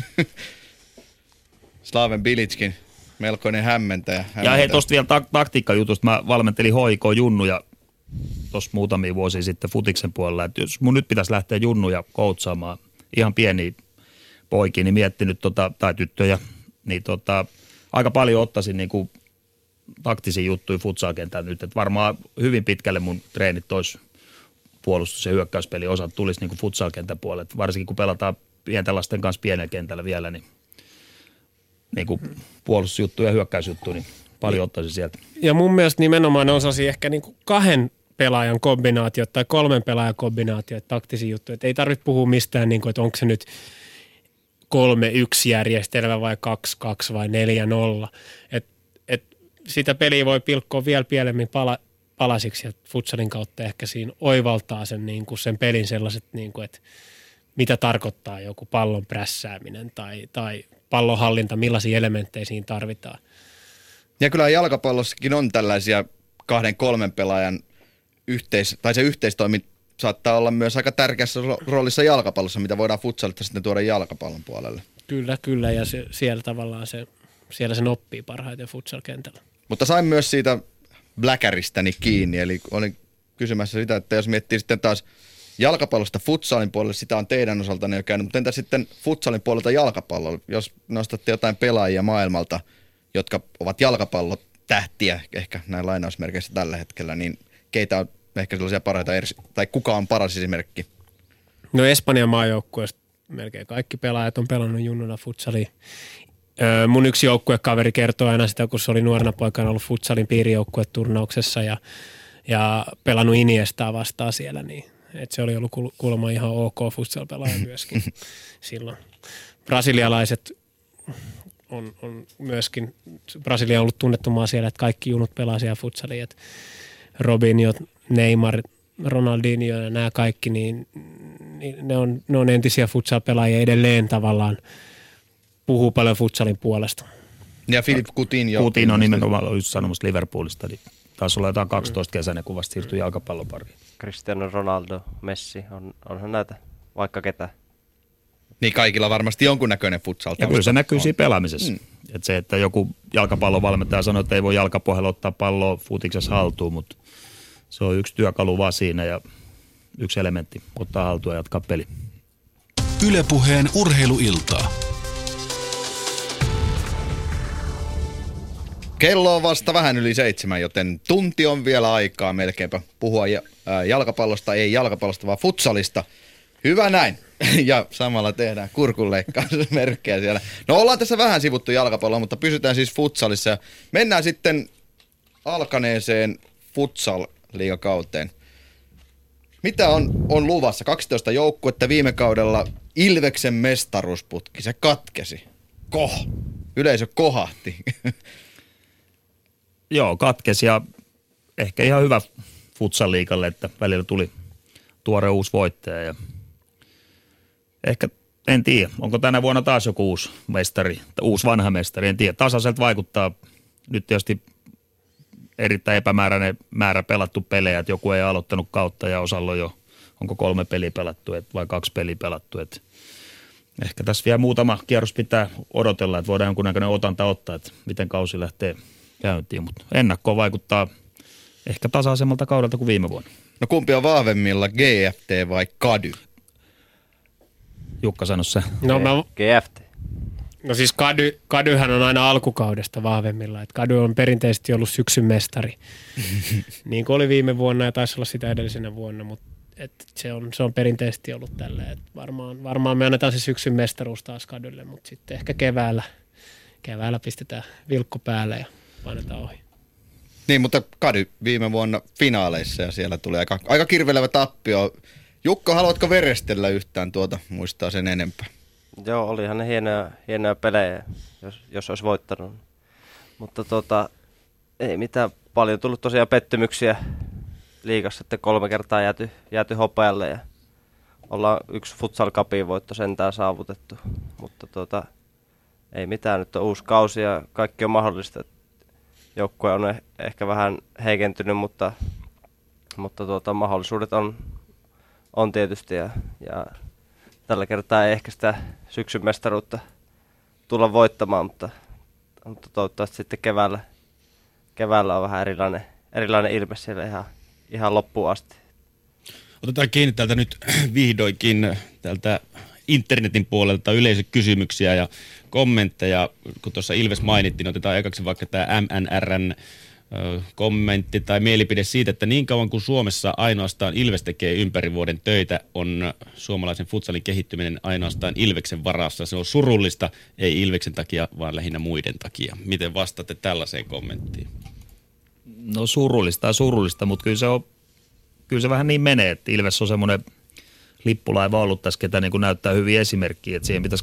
Slaven Bilitskin, melkoinen hämmentäjä. Ja hei, tuosta vielä taktiikkajutusta. Mä valmentelin HIK Junnuja tuossa muutamia vuosia sitten futiksen puolella. Että jos mun nyt pitäisi lähteä Junnuja koutsaamaan ihan pieniä poikia, niin miettinyt tai tyttöjä, niin aika paljon ottaisin niinku taktisia juttuja futsalkentällä nyt, että varmaan hyvin pitkälle mun treenit olisi puolustus- ja hyökkäyspeli osat tulisi niin kuin futsalkentän puolelle, varsinkin kun pelataan pienten lasten kanssa pienellä kentällä vielä, niin kuin puolustusjuttuja ja hyökkäysjuttuja, niin paljon ottaisin sieltä. Ja mun mielestä nimenomaan on sellaisia ehkä niin kuin 2 pelaajan kombinaatiot tai 3 pelaajan kombinaatiot, taktisia juttuja, että ei tarvitse puhua mistään, niin kuin, että onko se nyt 3-1 järjestelmä vai 2-2 vai 4-0, että sitä peliä voi pilkkoa vielä pienemmin palasiksi ja futsalin kautta ehkä siinä oivaltaa sen, niin kuin sen pelin sellaiset, niin kuin, että mitä tarkoittaa joku pallon prässääminen tai pallonhallinta, millaisia elementtejä siinä tarvitaan. Ja kyllä jalkapallossakin on tällaisia 2-3 pelaajan se yhteistoimi saattaa olla myös aika tärkeässä roolissa jalkapallossa, mitä voidaan futsalista sitten tuoda jalkapallon puolelle. Kyllä ja siellä tavallaan siellä sen oppii parhaiten futsal-kentällä. Mutta sain myös siitä bläkäristäni kiinni, eli olin kysymässä sitä, että jos miettii sitten taas jalkapallosta futsalin puolelle, sitä on teidän osaltanne jo käynyt, mutta entä sitten futsalin puolelta jalkapallolla? Jos nostatte jotain pelaajia maailmalta, jotka ovat jalkapallotähtiä, ehkä näin lainausmerkeissä tällä hetkellä, niin keitä on ehkä sellaisia parhaita, tai kuka on paras esimerkki? No Espanjan maajoukkueesta melkein kaikki pelaajat on pelannut junnuna futsalia. Mun yksi joukkuekaveri kertoo aina sitä, kun se oli nuorena poikana ollut futsalin piirijoukkueturnauksessa ja pelannut Iniestaa vastaan siellä, niin että se oli ollut kuulemma ihan ok futsal-pelaaja myöskin silloin. Brasilialaiset on myöskin, Brasilia on ollut tunnettu maa siellä, että kaikki junut pelaa siellä futsalia, että Robinho, Neymar, Ronaldinho ja nämä kaikki, niin ne on entisiä futsal-pelaajia edelleen tavallaan. Puhuu paljon futsalin puolesta. Ja Philippe Coutinho. Coutinho nimenomaan oli just sanomassa Liverpoolista. Niin taisi olla jotain 12 kesänä, kun vasta siirtyi jalkapallopariin. Cristiano Ronaldo, Messi, onhan näitä vaikka ketä. Niin kaikilla varmasti jonkunnäköinen futsal. Ja kyllä se näkyy siinä pelaamisessa. Että se, että joku jalkapallovalmentaja sanoo, että ei voi jalkapohjalla ottaa palloa futiksessa haltuun, mutta se on yksi työkalu vaan siinä ja yksi elementti ottaa haltuun ja jatkaa peli. Yle Puheen urheiluiltaa. Kello on vasta vähän yli 7, joten tunti on vielä aikaa melkeinpä puhua jalkapallosta, ei jalkapallosta, vaan futsalista. Hyvä näin. Ja samalla tehdään kurkunleikkausmerkkejä siellä. No ollaan tässä vähän sivuttu jalkapalloa, mutta pysytään siis futsalissa. Ja mennään sitten alkaneeseen futsal-liigakauteen. Mitä on luvassa? 12 joukkuetta viime kaudella Ilveksen mestaruusputki. Se katkesi. Yleisö kohahti. Joo, katkesi ja ehkä ihan hyvä futsal-liigalle, että välillä tuli tuore uusi voittaja. Ja ehkä, en tiedä, onko tänä vuonna taas joku uusi mestari, uusi vanha mestari, en tiedä. Tasaiselta vaikuttaa nyt tietysti erittäin epämääräinen määrä pelattu pelejä, että joku ei aloittanut kautta ja osalla on jo, onko 3 peliä pelattu vai 2 peliä pelattu. Että ehkä tässä vielä muutama kierros pitää odotella, että voidaan jonkunnäköinen otanta ottaa, että miten kausi lähtee käyntiin, mutta ennakkoon vaikuttaa ehkä tasaisemmalta kaudelta kuin viime vuonna. No kumpi on vahvemmilla, GFT vai Kady? Jukka sano se. GFT. No siis Kadyhän on aina alkukaudesta vahvemmilla. Et Kady on perinteisesti ollut syksyn mestari. Niin kuin oli viime vuonna ja taisi olla sitä edellisenä vuonna, mutta se on perinteisesti ollut tälleen. Et varmaan me annetaan se syksyn mestaruus taas Kadylle, mutta sitten ehkä keväällä pistetään vilkku päälle ja painetaan ohi. Niin, mutta Kady viime vuonna finaaleissa ja siellä tuli aika kirvelevä tappio. Jukka, haluatko verestellä yhtään muistaa sen enempää? Joo, olihan ne hienoja pelejä, jos olisi voittanut. Mutta ei mitään, paljon tullut tosiaan pettymyksiä liigassa, että 3 kertaa jääty hopealle ja ollaan 1 Futsal Cupin voitto sentään saavutettu. Mutta ei mitään, nyt on uusi kausi ja kaikki on mahdollista. Joukkue on ehkä vähän heikentynyt, mutta mahdollisuudet on tietysti ja tällä kertaa ei ehkä sitä syksyn mestaruutta tulla voittamaan, mutta toivottavasti sitten keväällä on vähän erilainen ilme siellä ihan loppuun asti. Otetaan kiinni täältä nyt vihdoinkin tältä internetin puolelta yleisökysymyksiä ja kommentteja. Kun tuossa Ilves mainittiin, otetaan ekaksi vaikka tämä MNRn kommentti tai mielipide siitä, että niin kauan kuin Suomessa ainoastaan Ilves tekee ympäri vuoden töitä, on suomalaisen futsalin kehittyminen ainoastaan Ilveksen varassa. Se on surullista, ei Ilveksen takia, vaan lähinnä muiden takia. Miten vastaatte tällaiseen kommenttiin? No surullista, mutta kyllä se vähän niin menee, että Ilves on semmoinen lippulaiva ollut tässä, ketä niin kuin näyttää hyvin esimerkkiä, että siihen pitäisi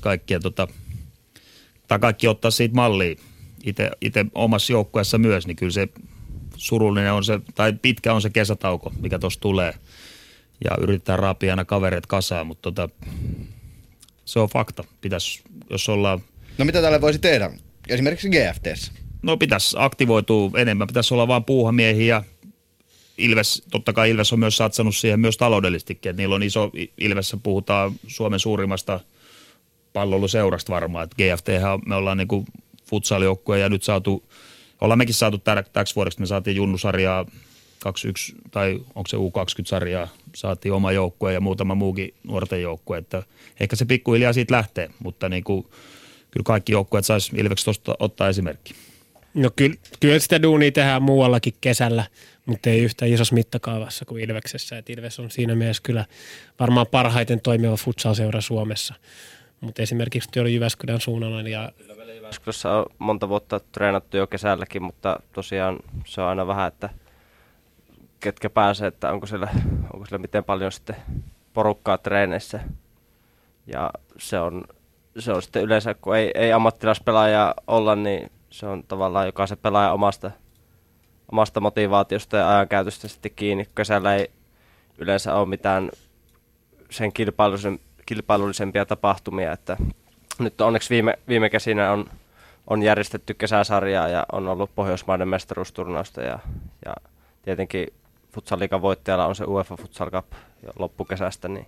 kaikki ottaa siitä mallia. Itse omassa joukkueessa myös, niin kyllä se surullinen on se, tai pitkä on se kesätauko, mikä tuossa tulee. Ja yritetään raapia aina kavereet kasaan, mutta se on fakta. Pitäisi, jos ollaan... No mitä tälle voisi tehdä? Esimerkiksi GFT:ssä? No pitäisi aktivoitua enemmän, pitäisi olla vaan puuhamiehiä ja totta kai Ilves on myös satsannut siihen myös taloudellistikin, että niillä on iso, Ilvessä puhutaan Suomen suurimmasta palloiluseurasta varmaan, että GFT:hän me ollaan niinku futsal-joukkue ja nyt ollaan mekin saatu täksi vuodeksi, me saatiin junnusarjaa 21 tai onko se U20-sarjaa, saatiin oma joukkue ja muutama muukin nuorten joukkue, että ehkä se pikkuhiljaa siitä lähtee, mutta niinku, kyllä kaikki joukkueet saisi Ilveksi tuosta ottaa esimerkki. No kyllä sitä duunia tehdään muuallakin kesällä, mutta ei yhtä isossa mittakaavassa kuin Ilveksessä. Et Ilves on siinä mielessä kyllä varmaan parhaiten toimiva futsal-seura Suomessa. Mutta esimerkiksi tuolla Jyväskylän suunnalla. Jyväskylässä on monta vuotta treenattu jo kesälläkin, mutta tosiaan se on aina vähän, että ketkä pääsee, että onko siellä miten paljon sitten porukkaa treeneissä. Ja se on sitten yleensä, kun ei ammattilaispelaajaa olla, niin se on tavallaan jokaisen pelaajan omasta motivaatiosta ja ajankäytöstä sitten kiinni. Kesällä ei yleensä ole mitään sen kilpailullisempia tapahtumia, että nyt onneksi viime kesinä on on järjestetty kesäsarjaa ja on ollut Pohjoismaiden mestaruusturnausta ja tietenkin Futsal-liigan voittajalla on se UEFA Futsal Cup jo loppukesästä, niin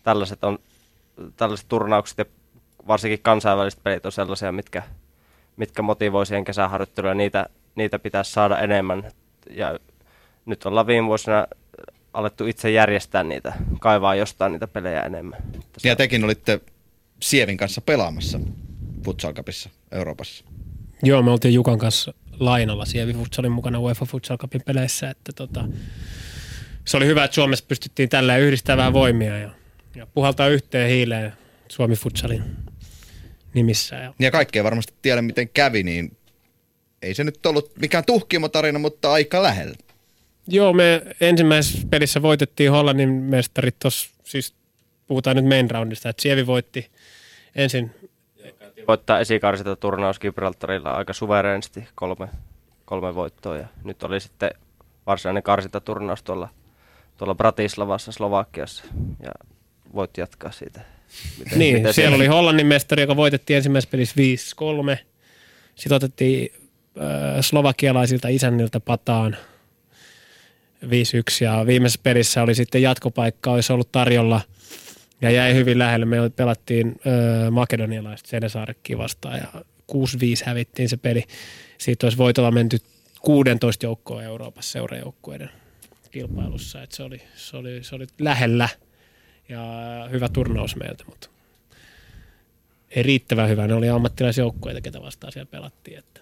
tällaiset turnaukset ja varsinkin kansainväliset pelit on sellaisia, mitkä motivoi siihen kesäharjoitteluun ja niitä pitäisi saada enemmän. Ja nyt ollaan viime vuosina alettu itse järjestää niitä, kaivaa jostain niitä pelejä enemmän. Ja tekin olitte Sievin kanssa pelaamassa Futsal Cupissa Euroopassa. Joo, me oltiin Jukan kanssa lainalla Sievi Futsalin mukana UEFA Futsal Cupin peleissä, että se oli hyvä, että Suomessa pystyttiin tälleen yhdistämään vähän voimia ja puhaltaa yhteen hiileen Suomi Futsalin nimissä. Ja kaikki ei varmasti tiedä, miten kävi, niin ei se nyt ollut mikään tuhkimotarina, mutta aika lähellä. Joo, me ensimmäisessä pelissä voitettiin Hollannin mestarit tuossa, siis puhutaan nyt main roundista, että Sievi voitti ensin. Voittaa esikarsinta turnaus Gibraltarilla aika suvereenisti, kolme voittoa ja nyt oli sitten varsinainen karsintaturnaus tuolla Bratislavassa Slovakiassa ja voit jatkaa siitä. Miten siellä oli Hollannin mestari, joka voitettiin ensimmäisessä pelissä 5-3. Sitten otettiin slovakialaisilta isänniltä pataan 5-1 ja viimeisessä pelissä oli sitten jatkopaikka, olisi ollut tarjolla ja jäi hyvin lähelle. Me pelattiin makedonialaiset Senesaarekkiin vastaan ja 6-5 hävittiin se peli. Siitä olisi voitolla menty 16 joukkoa Euroopassa seurajoukkueiden kilpailussa. Et se oli lähellä ja hyvä turnaus meiltä, mutta ei riittävän hyvä. Ne oli ammattilaisjoukkueita, ketä vastaan siellä pelattiin. Että.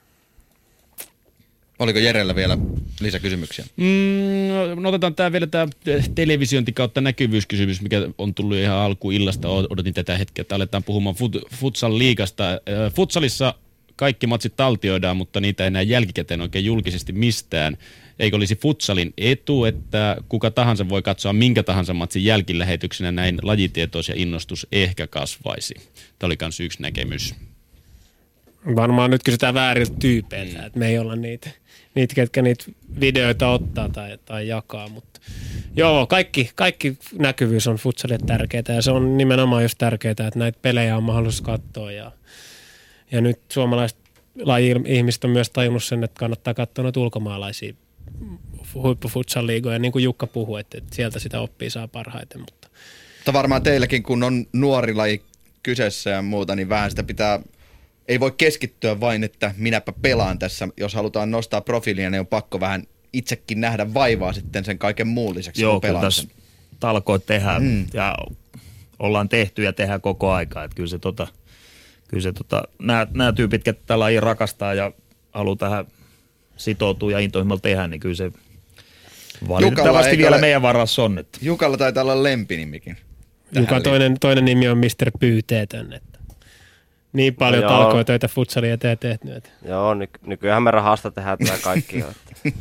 Oliko Jerellä vielä lisäkysymyksiä? No otetaan vielä tämä televisiointi kautta näkyvyyskysymys, mikä on tullut ihan alkuillasta. Odotin tätä hetkeä, että aletaan puhumaan Futsal-liigasta. Futsalissa kaikki matsit taltioidaan, mutta niitä ei enää jälkikäteen oikein julkisesti mistään. Eikö olisi futsalin etu, että kuka tahansa voi katsoa minkä tahansa matsin jälkilähetyksenä, näin lajitietois ja innostus ehkä kasvaisi? Tämä oli myös yksi näkemys. Varmaan nyt kysytään vääriltä tyypeiltä, että me ei olla niitä ketkä niitä videoita ottaa tai jakaa, mutta joo, kaikki näkyvyys on futsalille tärkeää ja se on nimenomaan just tärkeää, että näitä pelejä on mahdollisuus katsoa ja nyt suomalaiset laji-ihmiset on myös tajunnut sen, että kannattaa katsoa noita ulkomaalaisia huippufutsal-liigoja, niin kuin Jukka puhui, että sieltä sitä oppia saa parhaiten. Mutta varmaan teilläkin, kun on nuori laji kyseessä ja muuta, niin vähän sitä ei voi keskittyä vain, että minäpä pelaan tässä. Jos halutaan nostaa profiilia, niin on pakko vähän itsekin nähdä vaivaa sitten sen kaiken muun lisäksi. Joo, kyllä tässä talkoit tehdään ja ollaan tehty ja tehdään koko aikaa. Että kyllä se nämä tyypit, ketkä tätä lajia rakastaa ja haluaa tähän sitoutua ja intohimolla tehdä, niin kyllä se valitettavasti vielä meidän varassa on. Että. Jukalla taitaa olla lempinimikin. Jukan toinen nimi on Mr. Pyyteetön, että niin paljon talkoitöitä futsalia eteen tehnyt. Joo, nykyään me rahasta tehdään tätä kaikkia.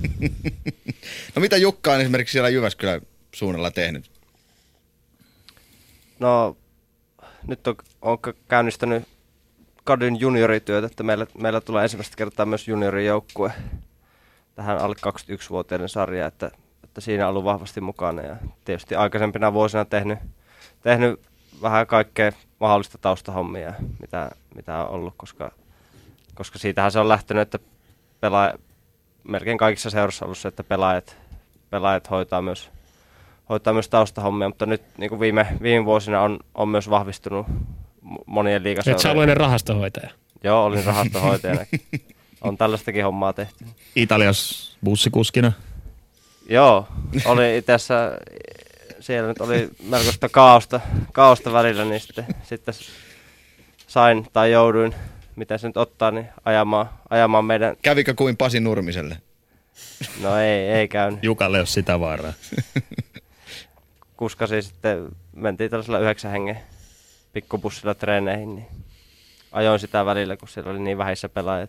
No mitä Jukka on esimerkiksi siellä Jyväskylän suunnalla tehnyt? No nyt on käynnistänyt Kadyn juniorityötä, että meillä tulee ensimmäistä kertaa myös juniorijoukkue tähän alle 21-vuotiaiden sarjaan, että siinä on ollut vahvasti mukana ja tietysti aikaisempina vuosina tehnyt vähän kaikkea mahdollista taustahommia, mitä on ollut, koska siitähän se on lähtenyt, että melkein kaikissa seurassa on ollut se, että pelaajat hoitaa myös taustahommia, mutta nyt niin kuin viime vuosina on myös vahvistunut monien liigaseurojen. Et sä ollut ennen rahastohoitaja? Joo, olin rahastohoitajana. On tällaistakin hommaa tehty. Italiassa bussikuskina? Joo, oli itse asiassa, siellä nyt oli melkoista kaaosta välillä, niin sitten sain tai jouduin, miten se nyt ottaa, niin ajamaan meidän. Kävikö kuin Pasi Nurmiselle? No ei käynyt. Jukalle ei ole sitä vaaraa. Kuskasi sitten, mentiin tällaisella 9 hengen pikkubussilla treeneihin, niin ajoin sitä välillä, kun siellä oli niin vähissä pelaajat.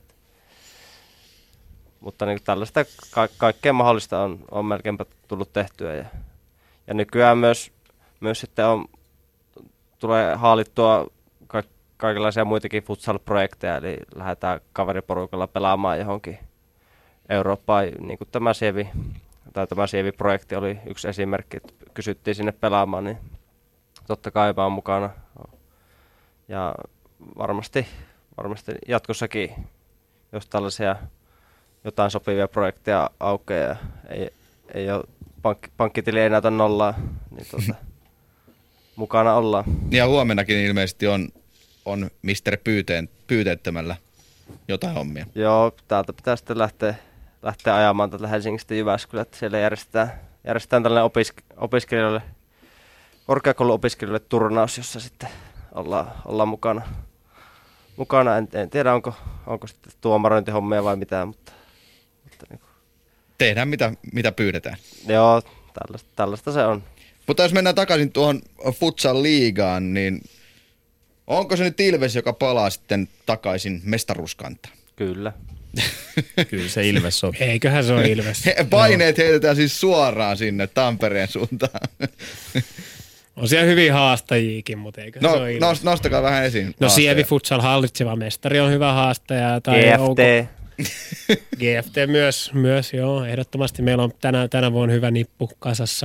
Mutta niin tällaista kaikkea mahdollista on melkeinpä tullut tehtyä. Ja nykyään myös sitten tulee haalittua kaikenlaisia muitakin futsal-projekteja, eli lähdetään kaveriporukalla pelaamaan johonkin Eurooppaan, niin kuin tämä Sievi-projekti oli yksi esimerkki, että kysyttiin sinne pelaamaan, niin totta kai mä oon mukana. Ja varmasti jatkossakin jos tällaisia jotain sopivia projekteja aukeaa ja ei ole pankkitili ei näytä nollaa, niin mukana ollaan. Ja huomennakin ilmeisesti on Mr. Pyyteettömällä jotain hommia. Joo, täältä pitää sitten lähteä ajamaan täältä Helsingistä Jyväskylään, että siellä järjestetään tällainen opiskelijoille, korkeakouluopiskelijoille turnaus, jossa sitten ollaan mukana. En tiedä, onko sitten tuomarointihommia vai mitään, mutta niin kuin. Tehdään mitä pyydetään. Joo, tällaista se on. Mutta jos mennään takaisin tuohon futsal-liigaan, niin onko se nyt Ilves, joka palaa sitten takaisin mestaruuskantaan? Kyllä. Kyllä se Ilves on. Eiköhän se ole Ilves. Paineet heitetään siis suoraan sinne Tampereen suuntaan. On siellä hyvin haastajiakin, mutta eikö se ole Ilves? Nostakaa vähän esiin. No Sievi Futsal hallitseva mestari on hyvä haastaja. Tai GFT. GFT myös, joo. Ehdottomasti meillä on tänä vuonna hyvä nippu kasassa.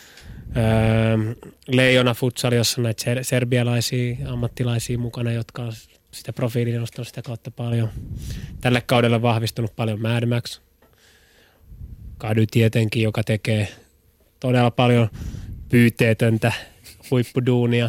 Leijona Futsal, jossa on näitä serbialaisia ammattilaisia mukana, jotka on sitä profiilia nostanut sitä kautta paljon. Tälle kaudelle vahvistunut paljon Mad Max. Kady tietenkin, joka tekee todella paljon pyyteetöntä huippuduunia.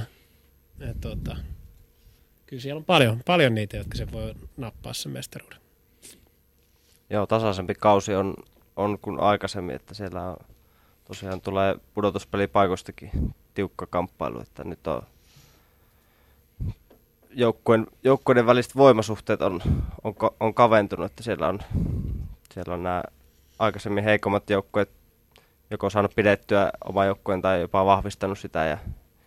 Kyllä siellä on paljon niitä, jotka se voi nappaa sen mestaruuden. Joo, tasaisempi kausi on kuin aikaisemmin, että siellä on, tosiaan tulee pudotuspelipaikoistakin tiukka kamppailu, että nyt on joukkueiden väliset voimasuhteet on kaventunut, että siellä on nämä aikaisemmin heikommat joukkueet joko saanut pidettyä oman joukkueen tai jopa vahvistanut sitä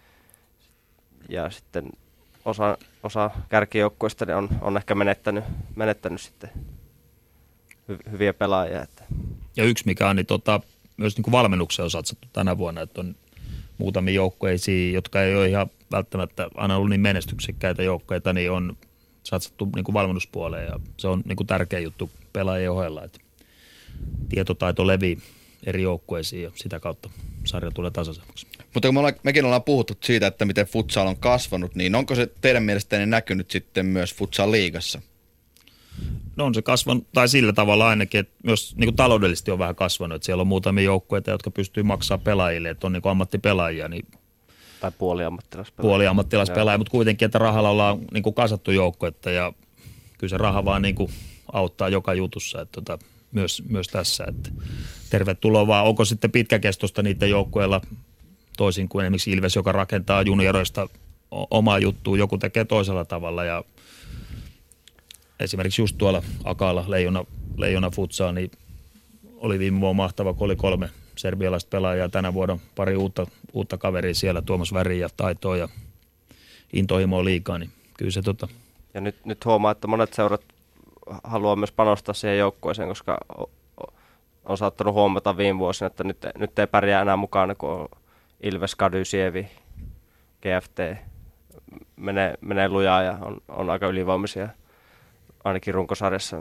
ja sitten osa kärkijoukkueista niin on ehkä menettänyt sitten hyviä pelaajia. Että. Ja yksi mikä on, niin myös niin kuin valmennukseen on satsattu tänä vuonna, että on muutamia joukkueisia, jotka ei ole ihan välttämättä aina ollut niin menestyksekkäitä joukkueita, niin on satsattu niin kuin valmennuspuoleen ja se on niin kuin tärkeä juttu pelaajien ohella, että tietotaito levii eri joukkueisiin ja sitä kautta sarja tulee tasaisemmaksi. Mutta kun mekin ollaan puhuttu siitä, että miten futsal on kasvanut, niin onko se teidän mielestänne näkynyt sitten myös futsal-liigassa? No on se kasvanut, tai sillä tavalla ainakin, että myös niin kuin taloudellisesti on vähän kasvanut, että siellä on muutamia joukkueita, jotka pystyy maksamaan pelaajille, että on niin kuin ammattipelaajia. Niin tai puoliammattilaispelaajia. Mutta kuitenkin, että rahalla ollaan niin kuin kasattu joukkuetta ja kyllä se raha vaan niin kuin auttaa joka jutussa, että myös tässä, että tervetuloa vaan. Onko sitten pitkäkestoista niiden joukkueilla toisin kuin esimerkiksi Ilves, joka rakentaa junioreista omaa juttua, joku tekee toisella tavalla ja esimerkiksi just tuolla Akalla Leijona Futsal, niin oli viime vuonna mahtava, kun oli 3 serbialaista pelaajaa, tänä vuonna pari uutta kaveria siellä, Tuomas Väri ja Taitoa ja intohimoa liikaa, niin kyllä se Ja nyt huomaa, että monet seurat haluaa myös panostaa siihen joukkueeseen, koska on saattanut huomata viime vuosina, että nyt ei pärjää enää mukana, kun on Ilves, Kady, Sievi, GFT menee lujaa ja on aika ylivoimaisia. Ainakin runkosarjassa.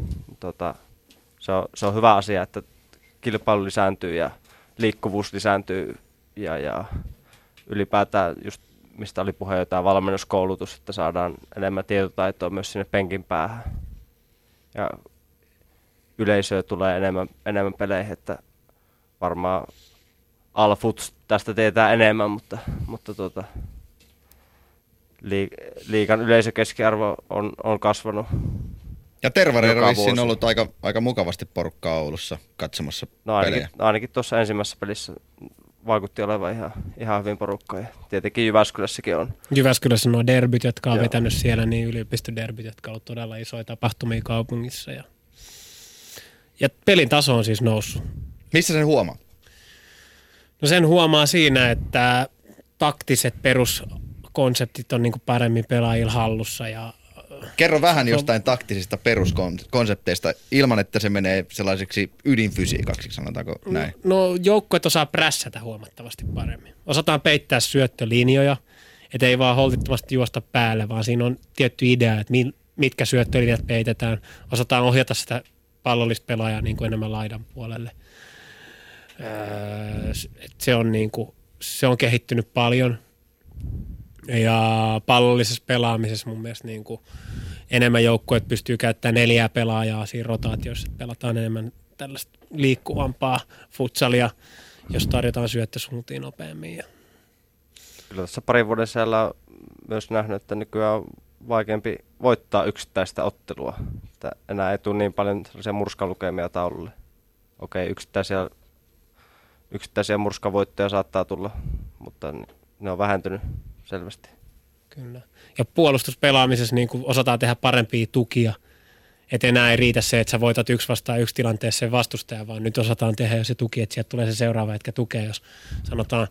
Se on hyvä asia, että kilpailu lisääntyy ja liikkuvuus lisääntyy ja ylipäätään just mistä oli puhe jotain valmennuskoulutus, että saadaan enemmän tietotaitoa myös sinne penkin päähän. Ja yleisöä tulee enemmän peleihin, että varmaan Alfuts tästä tietää enemmän, mutta liigan yleisökeskiarvo on kasvanut. Ja Tervareilla on ollut aika mukavasti porukkaa Oulussa katsomassa pelejä. Ainakin tuossa ensimmäisessä pelissä vaikutti olevan ihan hyvin porukkaa. Ja tietenkin Jyväskylässäkin on. Jyväskylässä nuo derbyt, jotka on vetänyt siellä, niin yliopistoderbyt, jotka on ollut todella isoja tapahtumia kaupungissa. Ja pelin taso on siis noussut. Missä sen huomaa? No sen huomaa siinä, että taktiset peruskonseptit on niin kuin paremmin pelaajilla hallussa. Kerro vähän jostain taktisista peruskonsepteista ilman, että se menee sellaiseksi ydinfysiikaksi, sanotaanko näin? No joukkueet osaa prässätä huomattavasti paremmin. Osataan peittää syöttölinjoja, että ei vaan holtittomasti juosta päälle, vaan siinä on tietty idea, että mitkä syöttölinjat peitetään. Osataan ohjata sitä pallollista pelaajaa niin kuin enemmän laidan puolelle. Se on kehittynyt paljon. Ja pallollisessa pelaamisessa mun mielestä niin kuin enemmän joukkueet pystyy käyttämään 4 pelaajaa siinä rotaatiossa, että pelataan enemmän tällaista liikkuvampaa futsalia, jos tarjotaan syöttösuuntiin nopeammin. Kyllä tässä parin vuoden sisällä on myös nähnyt, että nykyään on vaikeampi voittaa yksittäistä ottelua. Että enää ei tule niin paljon sellaisia murskalukemia taululle. Okei, yksittäisiä murskavoittoja saattaa tulla, mutta ne on vähentynyt selvästi. Kyllä. Ja puolustuspelaamisessa niin osataan tehdä parempia tukia. Että enää ei riitä se, että sä voitat 1 vastaan 1 tilanteessa sen vastustajan, vaan nyt osataan tehdä jo se tuki, että sieltä tulee se seuraava hetkä tukea. Jos sanotaan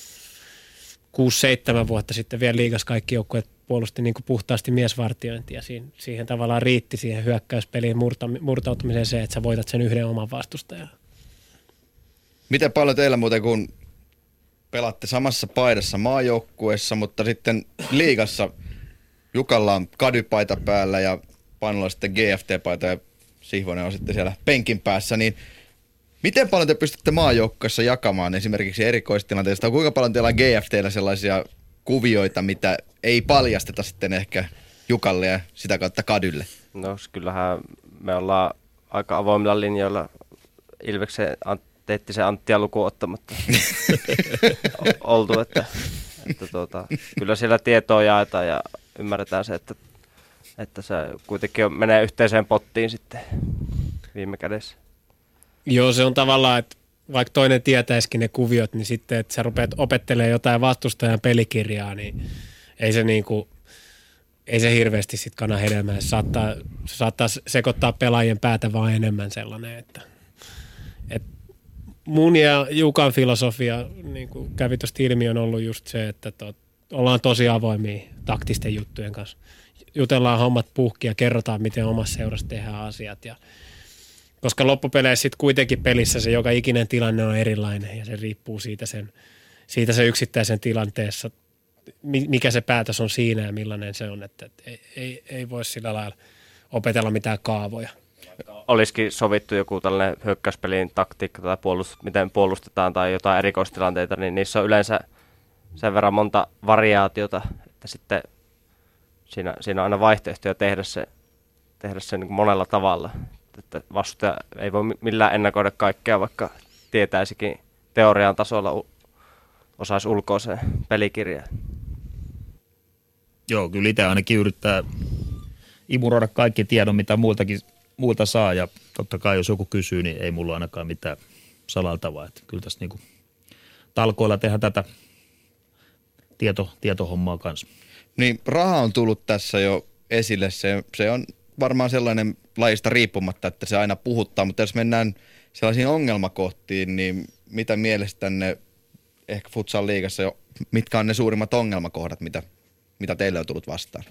6-7 vuotta sitten vielä liigas kaikki joukkueet puolusti niin kuin puhtaasti miesvartiointia. Siihen tavallaan riitti siihen hyökkäyspeliin murtautumiseen se, että sä voitat sen yhden oman vastustajan. Miten paljon teillä muuten, kun pelaatte samassa paidassa maajoukkueessa, mutta sitten liigassa Jukalla on kadypaita päällä ja Panolla sitten GFT-paita ja Sihvonen on sitten siellä penkin päässä, niin miten paljon te pystytte maajoukkueessa jakamaan esimerkiksi erikoistilanteista? Kuinka paljon teillä on GFT:llä sellaisia kuvioita, mitä ei paljasteta sitten ehkä Jukalle ja sitä kautta Kadylle? No kyllähän me ollaan aika avoimilla linjoilla Ilveksen Teettisen Anttia lukuun ottamatta oltu, että kyllä siellä tietoa jaetaan ja ymmärretään se, että se kuitenkin menee yhteiseen pottiin sitten viime kädessä. Joo, se on tavallaan, että vaikka toinen tietäisikin ne kuviot, niin sitten, että sä rupeat opettelemaan jotain vastustajan pelikirjaa, niin ei se hirveästi sitten kana hedelmää. Se saattaa sekoittaa pelaajien päätä vaan enemmän sellainen, että mun ja Jukan filosofia, niin kuin kävi tuosta ilmi, on ollut just se, että ollaan tosi avoimia taktisten juttujen kanssa. Jutellaan hommat puhki ja kerrotaan, miten omassa seurassa tehdään asiat. Ja koska loppupeleissä sitten kuitenkin pelissä se joka ikinen tilanne on erilainen ja se riippuu siitä se yksittäisen tilanteessa, mikä se päätös on siinä ja millainen se on. Että ei voi sillä lailla opetella mitään kaavoja. Olisikin sovittu joku tällainen hyökkäyspelin taktiikka tai miten puolustetaan tai jotain erikoistilanteita, niin niissä on yleensä sen verran monta variaatiota, että sitten siinä on aina vaihtoehtoja tehdä se niin kuin monella tavalla. Että vastustaja ei voi millään ennakoida kaikkea, vaikka tietäisikin teorian tasolla osaisi ulkoa se pelikirja. Joo, kyllä itse ainakin yrittää imuroida kaikki tiedon, mitä muulta saa, ja totta kai jos joku kysyy, niin ei mulla ainakaan mitään salaltavaa. Että kyllä tässä niinku talkoilla tehdään tätä tietohommaa kanssa. Niin raha on tullut tässä jo esille. Se on varmaan sellainen lajista riippumatta, että se aina puhuttaa, mutta jos mennään sellaisiin ongelmakohtiin, niin mitä mielestänne ehkä futsal-liigassa jo, mitkä on ne suurimmat ongelmakohdat, mitä teille on tullut vastaan?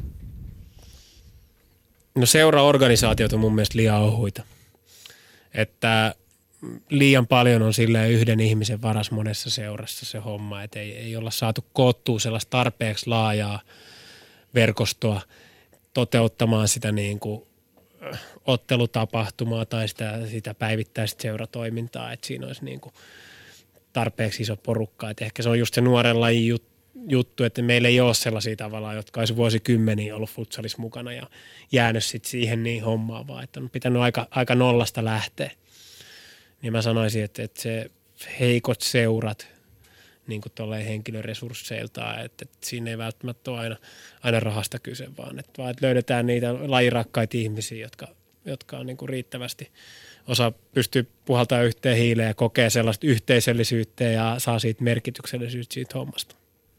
No seuraorganisaatiot on mun mielestä liian ohuita. Että liian paljon on silleen yhden ihmisen varas monessa seurassa se homma, että ei olla saatu koottua sellaista tarpeeksi laajaa verkostoa toteuttamaan sitä niin kuin ottelutapahtumaa tai sitä päivittäistä seuratoimintaa, että siinä olisi niin kuin tarpeeksi iso porukka. Että ehkä se on just se nuoren lajin juttu, että meillä ei ole sellaisia tavallaan, jotka olisi vuosikymmeniä ollut futsalissa mukana ja jäänyt sitten siihen niin hommaan, vaan että on pitänyt aika nollasta lähteä. Niin mä sanoisin, että se heikot seurat niin kuin tolleen henkilöresursseiltaan, että siinä ei välttämättä ole aina rahasta kyse, vaan että löydetään niitä lajirakkaita ihmisiä, jotka on niin kuin riittävästi pystyy puhaltamaan yhteen hiileen ja kokee sellaista yhteisöllisyyttä ja saa siitä merkityksellisyyttä siitä hommasta.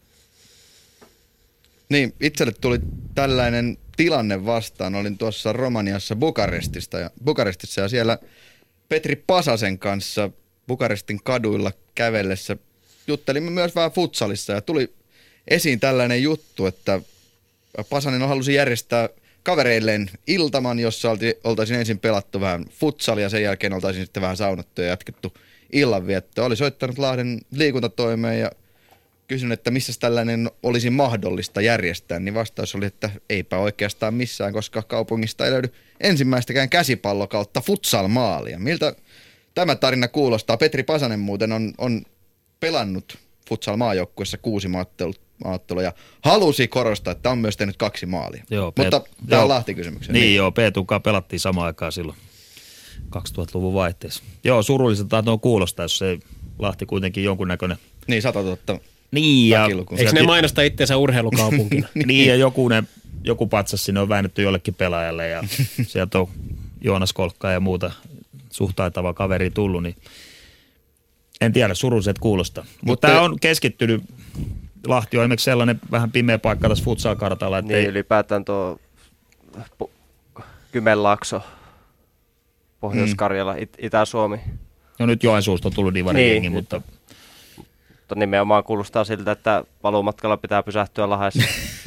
Niin, itselle tuli tällainen tilanne vastaan. Olin tuossa Romaniassa Bukarestissa ja siellä Petri Pasasen kanssa Bukarestin kaduilla kävellessä juttelimme myös vähän futsalissa ja tuli esiin tällainen juttu, että Pasanen halusi järjestää kavereilleen iltaman, jossa oltaisiin ensin pelattu vähän futsalia, sen jälkeen oltaisiin sitten vähän saunattu ja jatkettu illanviettoa. Oli soittanut Lahden liikuntatoimeen ja kysynyt, että missä tällainen olisi mahdollista järjestää, niin vastaus oli, että eipä oikeastaan missään, koska kaupungista ei löydy ensimmäistäkään käsipallo kautta futsal-maalia. Miltä tämä tarina kuulostaa? Petri Pasanen muuten on pelannut futsal-maajoukkuessa 6 maaottelu ja halusi korostaa, että on myös tehnyt 2 maalia. Joo, Mutta tämä on Lahti-kysymyksen. Niin joo, Peetunkaan pelattiin samaan aikaan silloin 2000-luvun vaihteessa. Joo, surulliselta tahtoo kuulostaa, jos se Lahti kuitenkin jonkunnäköinen. Niin, 100 000 Niin, ja väkiluku. Eikö ne mainosta itseensä urheilukaupunkina? niin, ja joku patsas sinne on väännetty jollekin pelaajalle ja sieltä on Joonas Kolkkaa ja muuta suhtaitavaa kaveri tullut, niin en tiedä, surulliset kuulostaa. Mutta tämä on keskittynyt. Lahti on esimerkiksi sellainen vähän pimeä paikka tässä futsal-kartalla. Niin, ylipäätään tuo Kymenlaakso, Pohjois-Karjala, Itä-Suomi. No nyt Joensuusta on tullut divarijengi, Niin, mutta nimenomaan kuulostaa siltä, että paluumatkalla pitää pysähtyä Lahdessa.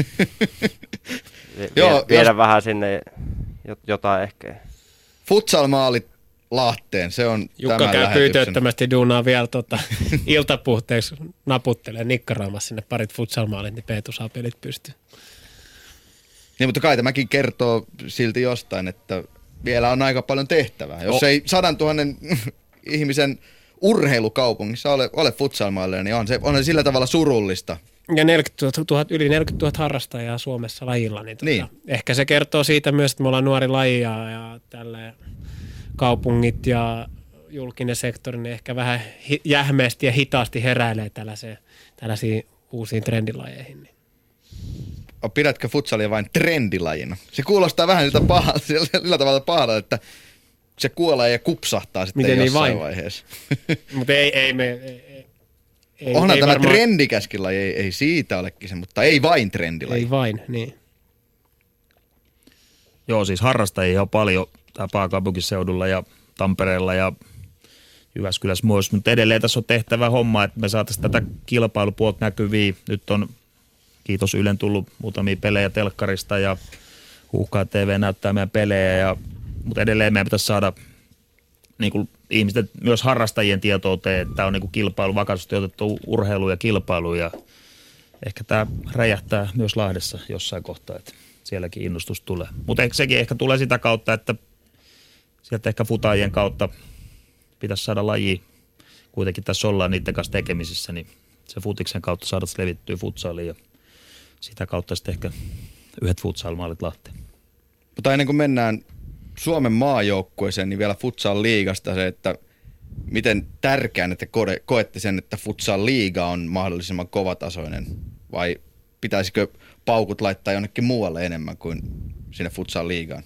Viedä vähän sinne jotain ehkä. Futsal-maalit Lahteen, se on Jukka tämän käy lähetyksen. pyyteettömästi duunaa vielä iltapuhteeksi naputtelee nikkaraamassa sinne parit futsalmaalit, niin Peetu saa pelit pystyyn. Niin, mutta kai tämäkin kertoo silti jostain, että vielä on aika paljon tehtävää. Jos ei 100 000 ihmisen urheilukaupungissa ole futsalmaalia, niin on se sillä tavalla surullista. Ja yli 40 000 harrastajaa Suomessa lajilla, niin, ehkä se kertoo siitä myös, että me ollaan nuori laji ja tällä kaupungit ja julkinen sektori niin ehkä vähän jähmeästi ja hitaasti heräilee tällaisiin uusiin trendilajeihin. Niin. Pidätkö futsalia vain trendilajina? Se kuulostaa vähän siltä pahalta, sillä tavalla pahalta, että se kuolee ja kupsahtaa sitten miten jossain niin vaiheessa. Mutta Onhan tämä varmaan trendikäskin laji, ei siitä ole kyse, mutta ei vain trendilaji. Ei vain, niin. joo, siis harrastajia on paljon täällä pääkaupunkiseudulla ja Tampereella ja Jyväskylässä myös, mutta edelleen tässä on tehtävä homma, että me saataisiin tätä kilpailupuolta näkyviä. Nyt on, kiitos Ylen, tullut muutamia pelejä telkkarista ja Huuhkaa TV näyttää meidän pelejä, mutta edelleen meidän pitäisi saada niin kuin ihmisten, myös harrastajien tietouteen, että tämä on niin kuin kilpailu, vakavasti otettu urheilu ja kilpailu ja ehkä tämä räjähtää myös Lahdessa jossain kohtaa, että sielläkin innostus tulee. Mutta sekin ehkä tulee sitä kautta, että sieltä ehkä futaajien kautta pitäisi saada laji. Kuitenkin tässä ollaan niiden kanssa tekemisissä, niin se futiksen kautta saada levittyä futsaliin ja sitä kautta sitten ehkä yhdet futsalmaalit Lahteen. Mutta ennen kuin mennään Suomen maajoukkueeseen, niin vielä futsal-liigasta se, että miten tärkeänä että koette sen, että futsal-liiga on mahdollisimman kovatasoinen vai pitäisikö paukut laittaa jonnekin muualle enemmän kuin sinne futsal-liigaan?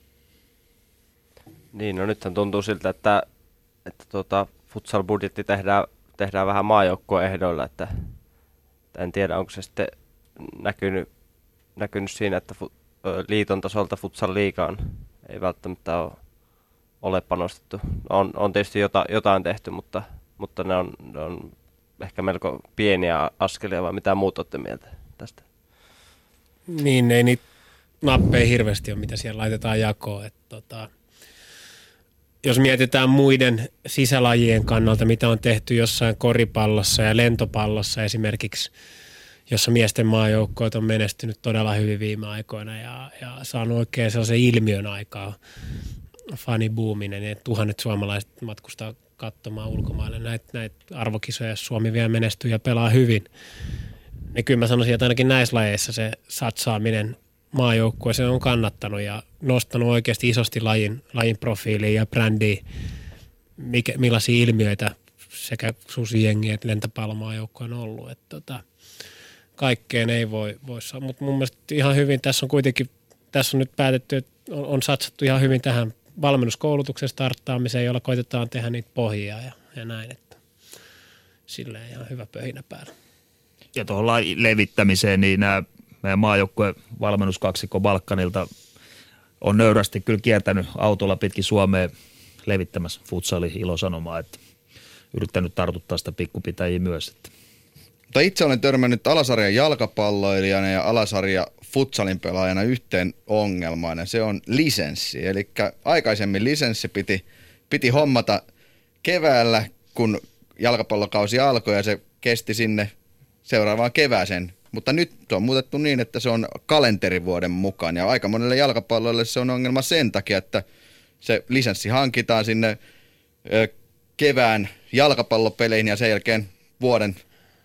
Niin, no nythän tuntuu siltä, että futsal-budjetti tehdään vähän maajoukkueen ehdoilla, että en tiedä, onko se sitten näkynyt siinä, että liiton tasolta futsal-liigaan ei välttämättä ole panostettu. On tietysti jotain tehty, mutta ne on ehkä melko pieniä askelia, vai mitä muut olette mieltä tästä? Niin, ei niitä nappeja hirveästi ole, mitä siellä laitetaan jakoon. Jos mietitään muiden sisälajien kannalta, mitä on tehty jossain koripallossa ja lentopallossa esimerkiksi, jossa miesten maajoukkoit on menestynyt todella hyvin viime aikoina ja saanut oikein sellaisen ilmiön aikaa fanibuuminen, että tuhannet suomalaiset matkustaa katsomaan ulkomaille näitä arvokisoja, jos Suomi vielä menestyy ja pelaa hyvin. Niin kyllä mä sanoisin, että ainakin näissä lajeissa se satsaaminen maajoukkueeseen on kannattanut ja nostanut oikeasti isosti lajin profiiliin ja brändiin, millaisia ilmiöitä sekä susijengi että lentäpallomaajoukko on ollut. Kaikkeen ei voi saada, mutta mun mielestä ihan hyvin tässä on nyt päätetty, että on satsattu ihan hyvin tähän valmennuskoulutuksen starttaamiseen, jolla koitetaan tehdä niitä pohjia ja näin, että silleen ihan hyvä pöhinä päällä. Ja tuohon levittämiseen, niin nämä meidän maajoukkueen valmennuskaksikko Balkanilta on nöyrästi kyllä kiertänyt autolla pitkin Suomea levittämässä futsali ilosanomaa, että yrittänyt tartuttaa sitä pikkupitäjiä myös. Että. Mutta itse olen törmännyt alasarjan jalkapalloilijana ja alasarja futsalin pelaajana yhteen ongelmaan, ja se on lisenssi. Eli aikaisemmin lisenssi piti hommata keväällä, kun jalkapallokausi alkoi, ja se kesti sinne seuraavaan kevääseen. Mutta nyt se on muutettu niin, että se on kalenterivuoden mukaan, ja aika monelle jalkapalloille se on ongelma sen takia, että se lisenssi hankitaan sinne kevään jalkapallopeleihin, ja sen jälkeen vuoden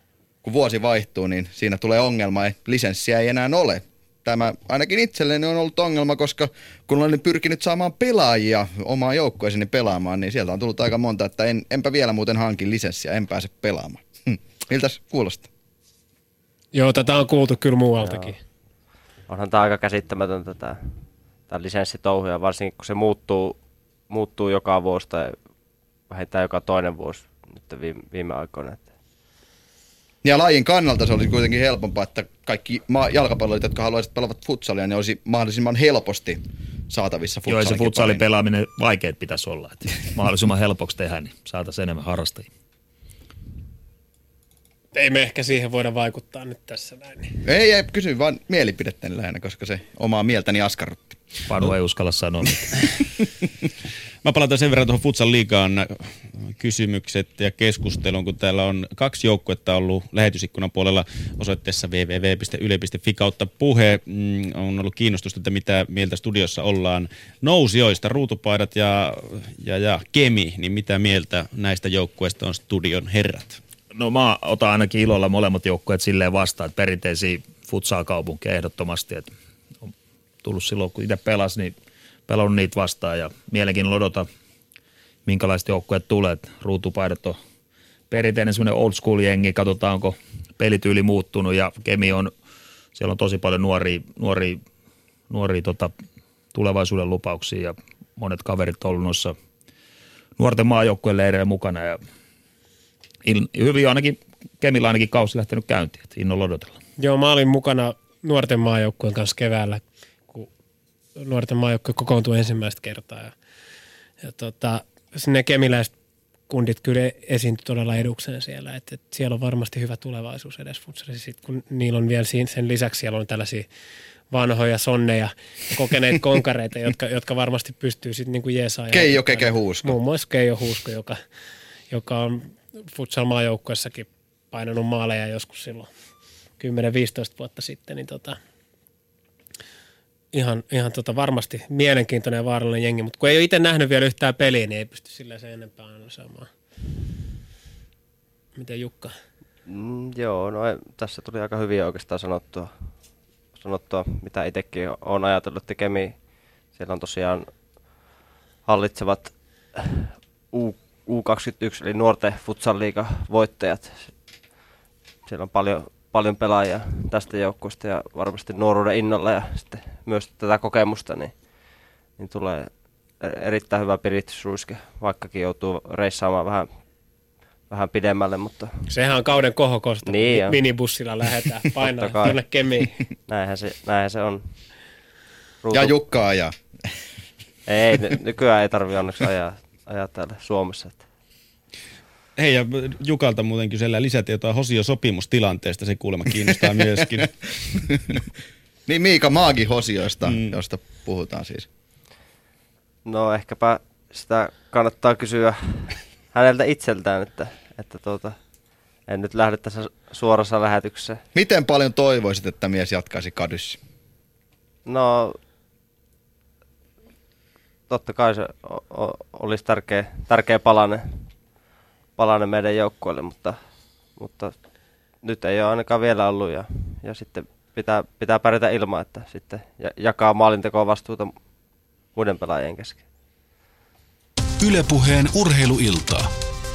kun vuosi vaihtuu, niin siinä tulee ongelma, että lisenssiä ei enää ole. Tämä ainakin itselleni on ollut ongelma, koska kun olen pyrkinyt saamaan pelaajia omaan joukkueeseeni pelaamaan, niin sieltä on tullut aika monta, että enpä vielä muuten hankin lisenssiä, en pääse pelaamaan. Miltäs kuulostaa? Joo, tätä on kuultu kyllä muualtakin. Joo. Onhan tämä aika käsittämätöntä tämä lisenssitouhu, ja varsinkin kun se muuttuu joka vuosi tai vähintään joka toinen vuosi nyt viime aikoina. Ja lajin kannalta se olisi kuitenkin helpompaa, että kaikki jalkapalloilijat, jotka haluaisivat pelata futsalia, niin olisi mahdollisimman helposti saatavissa Joo, futsalin. se futsalin pelaaminen vaikeet pitäisi olla. Että mahdollisimman helpoksi tehdä, niin saataisiin enemmän harrastajia. Ei me ehkä siihen voida vaikuttaa nyt tässä näin. Ei, kysyn vaan mielipidettäni lähinnä, koska se omaa mieltäni askarrutti. Panu ei uskalla sanoa mitään. Mä palataan sen verran tuohon Futsal Liigaan kysymykset ja keskusteluun, kun täällä on 2 joukkuetta ollut lähetysikkunan puolella osoitteessa www.yle.fi kautta puhe. On ollut kiinnostusta, että mitä mieltä studiossa ollaan nousijoista, ruutupaidat ja Kemi, niin mitä mieltä näistä joukkueista on studion herrat? No mä otan ainakin ilolla molemmat joukkueet silleen vastaan, että perinteisiä futsal-kaupunkeja ehdottomasti. Että on tullut silloin, kun itse pelasi, niin pelannut niitä vastaan ja mielenkiinnolla odota, minkälaiset joukkueet tulee. Ruutupaidat on perinteinen semmoinen old school jengi, katsotaan onko pelityyli muuttunut ja Kemi on, siellä on tosi paljon nuoria tulevaisuuden lupauksia ja monet kaverit on ollut noissa nuorten maajoukkueen leireillä mukana ja hyvin ainakin Kemillä ainakin kausi lähtenyt käyntiin, että innolla odotellaan. Joo, mä olin mukana nuorten maajoukkueen kanssa keväällä, kun nuorten maajoukkue kokoontui ensimmäistä kertaa. Ja sinne kemiläiset kundit kyllä esiintyi todella edukseen siellä, että siellä on varmasti hyvä tulevaisuus edes futsalissa. Sitten kun niillä on vielä sen lisäksi siellä on tällaisia vanhoja sonneja, kokeneita konkareita, jotka varmasti pystyy sitten niinku jeesaamaan. Keijo Keke Huusko. Muun muassa Keijo Huusko, joka on futsal-maajoukkuessakin painanut maaleja joskus silloin 10-15 vuotta sitten, niin ihan varmasti mielenkiintoinen ja vaarallinen jengi, mutta kun ei ole itse nähnyt vielä yhtään peliä, niin ei pysty sillä sen enempää analysoimaan. Miten Jukka? Joo, no tässä tuli aika hyvin oikeastaan sanottua mitä itsekin olen ajatellut, että Kemi, siellä on tosiaan hallitsevat U21, eli nuorten futsal-liigan voittajat. Siellä on paljon pelaajia tästä joukkueesta ja varmasti nuoruuden innolla ja sitten myös tätä kokemusta, niin tulee erittäin hyvä piristysruiske, vaikkakin joutuu reissaamaan vähän pidemmälle, mutta... Sehän on kauden kohokosta, niin kun minibussilla lähdetään painaa tuonne Kemiin. Näinhän se on. Ja Jukka ajaa. Ei, nykyään ei tarvitse onneksi ajaa täällä Suomessa. Hei, ja Jukalta muuten kysellään lisätietoa Hosio-sopimustilanteesta, se kuulemma kiinnostaa myöskin. Niin Miika Maagi Hosioista, josta puhutaan siis. No ehkäpä sitä kannattaa kysyä häneltä itseltään, että en nyt lähde tässä suorassa lähetyksessä. Miten paljon toivoisit, että mies jatkaisi Kadyssä? No totta kai se olisi tärkeä palanen meidän joukkueelle, mutta nyt ei ole ainakaan vielä ollut ja sitten pitää pärjätä ilman, että sitten jakaa maalintekoa vastuuta muiden pelaajien kesken. Yle Puheen urheiluiltaa.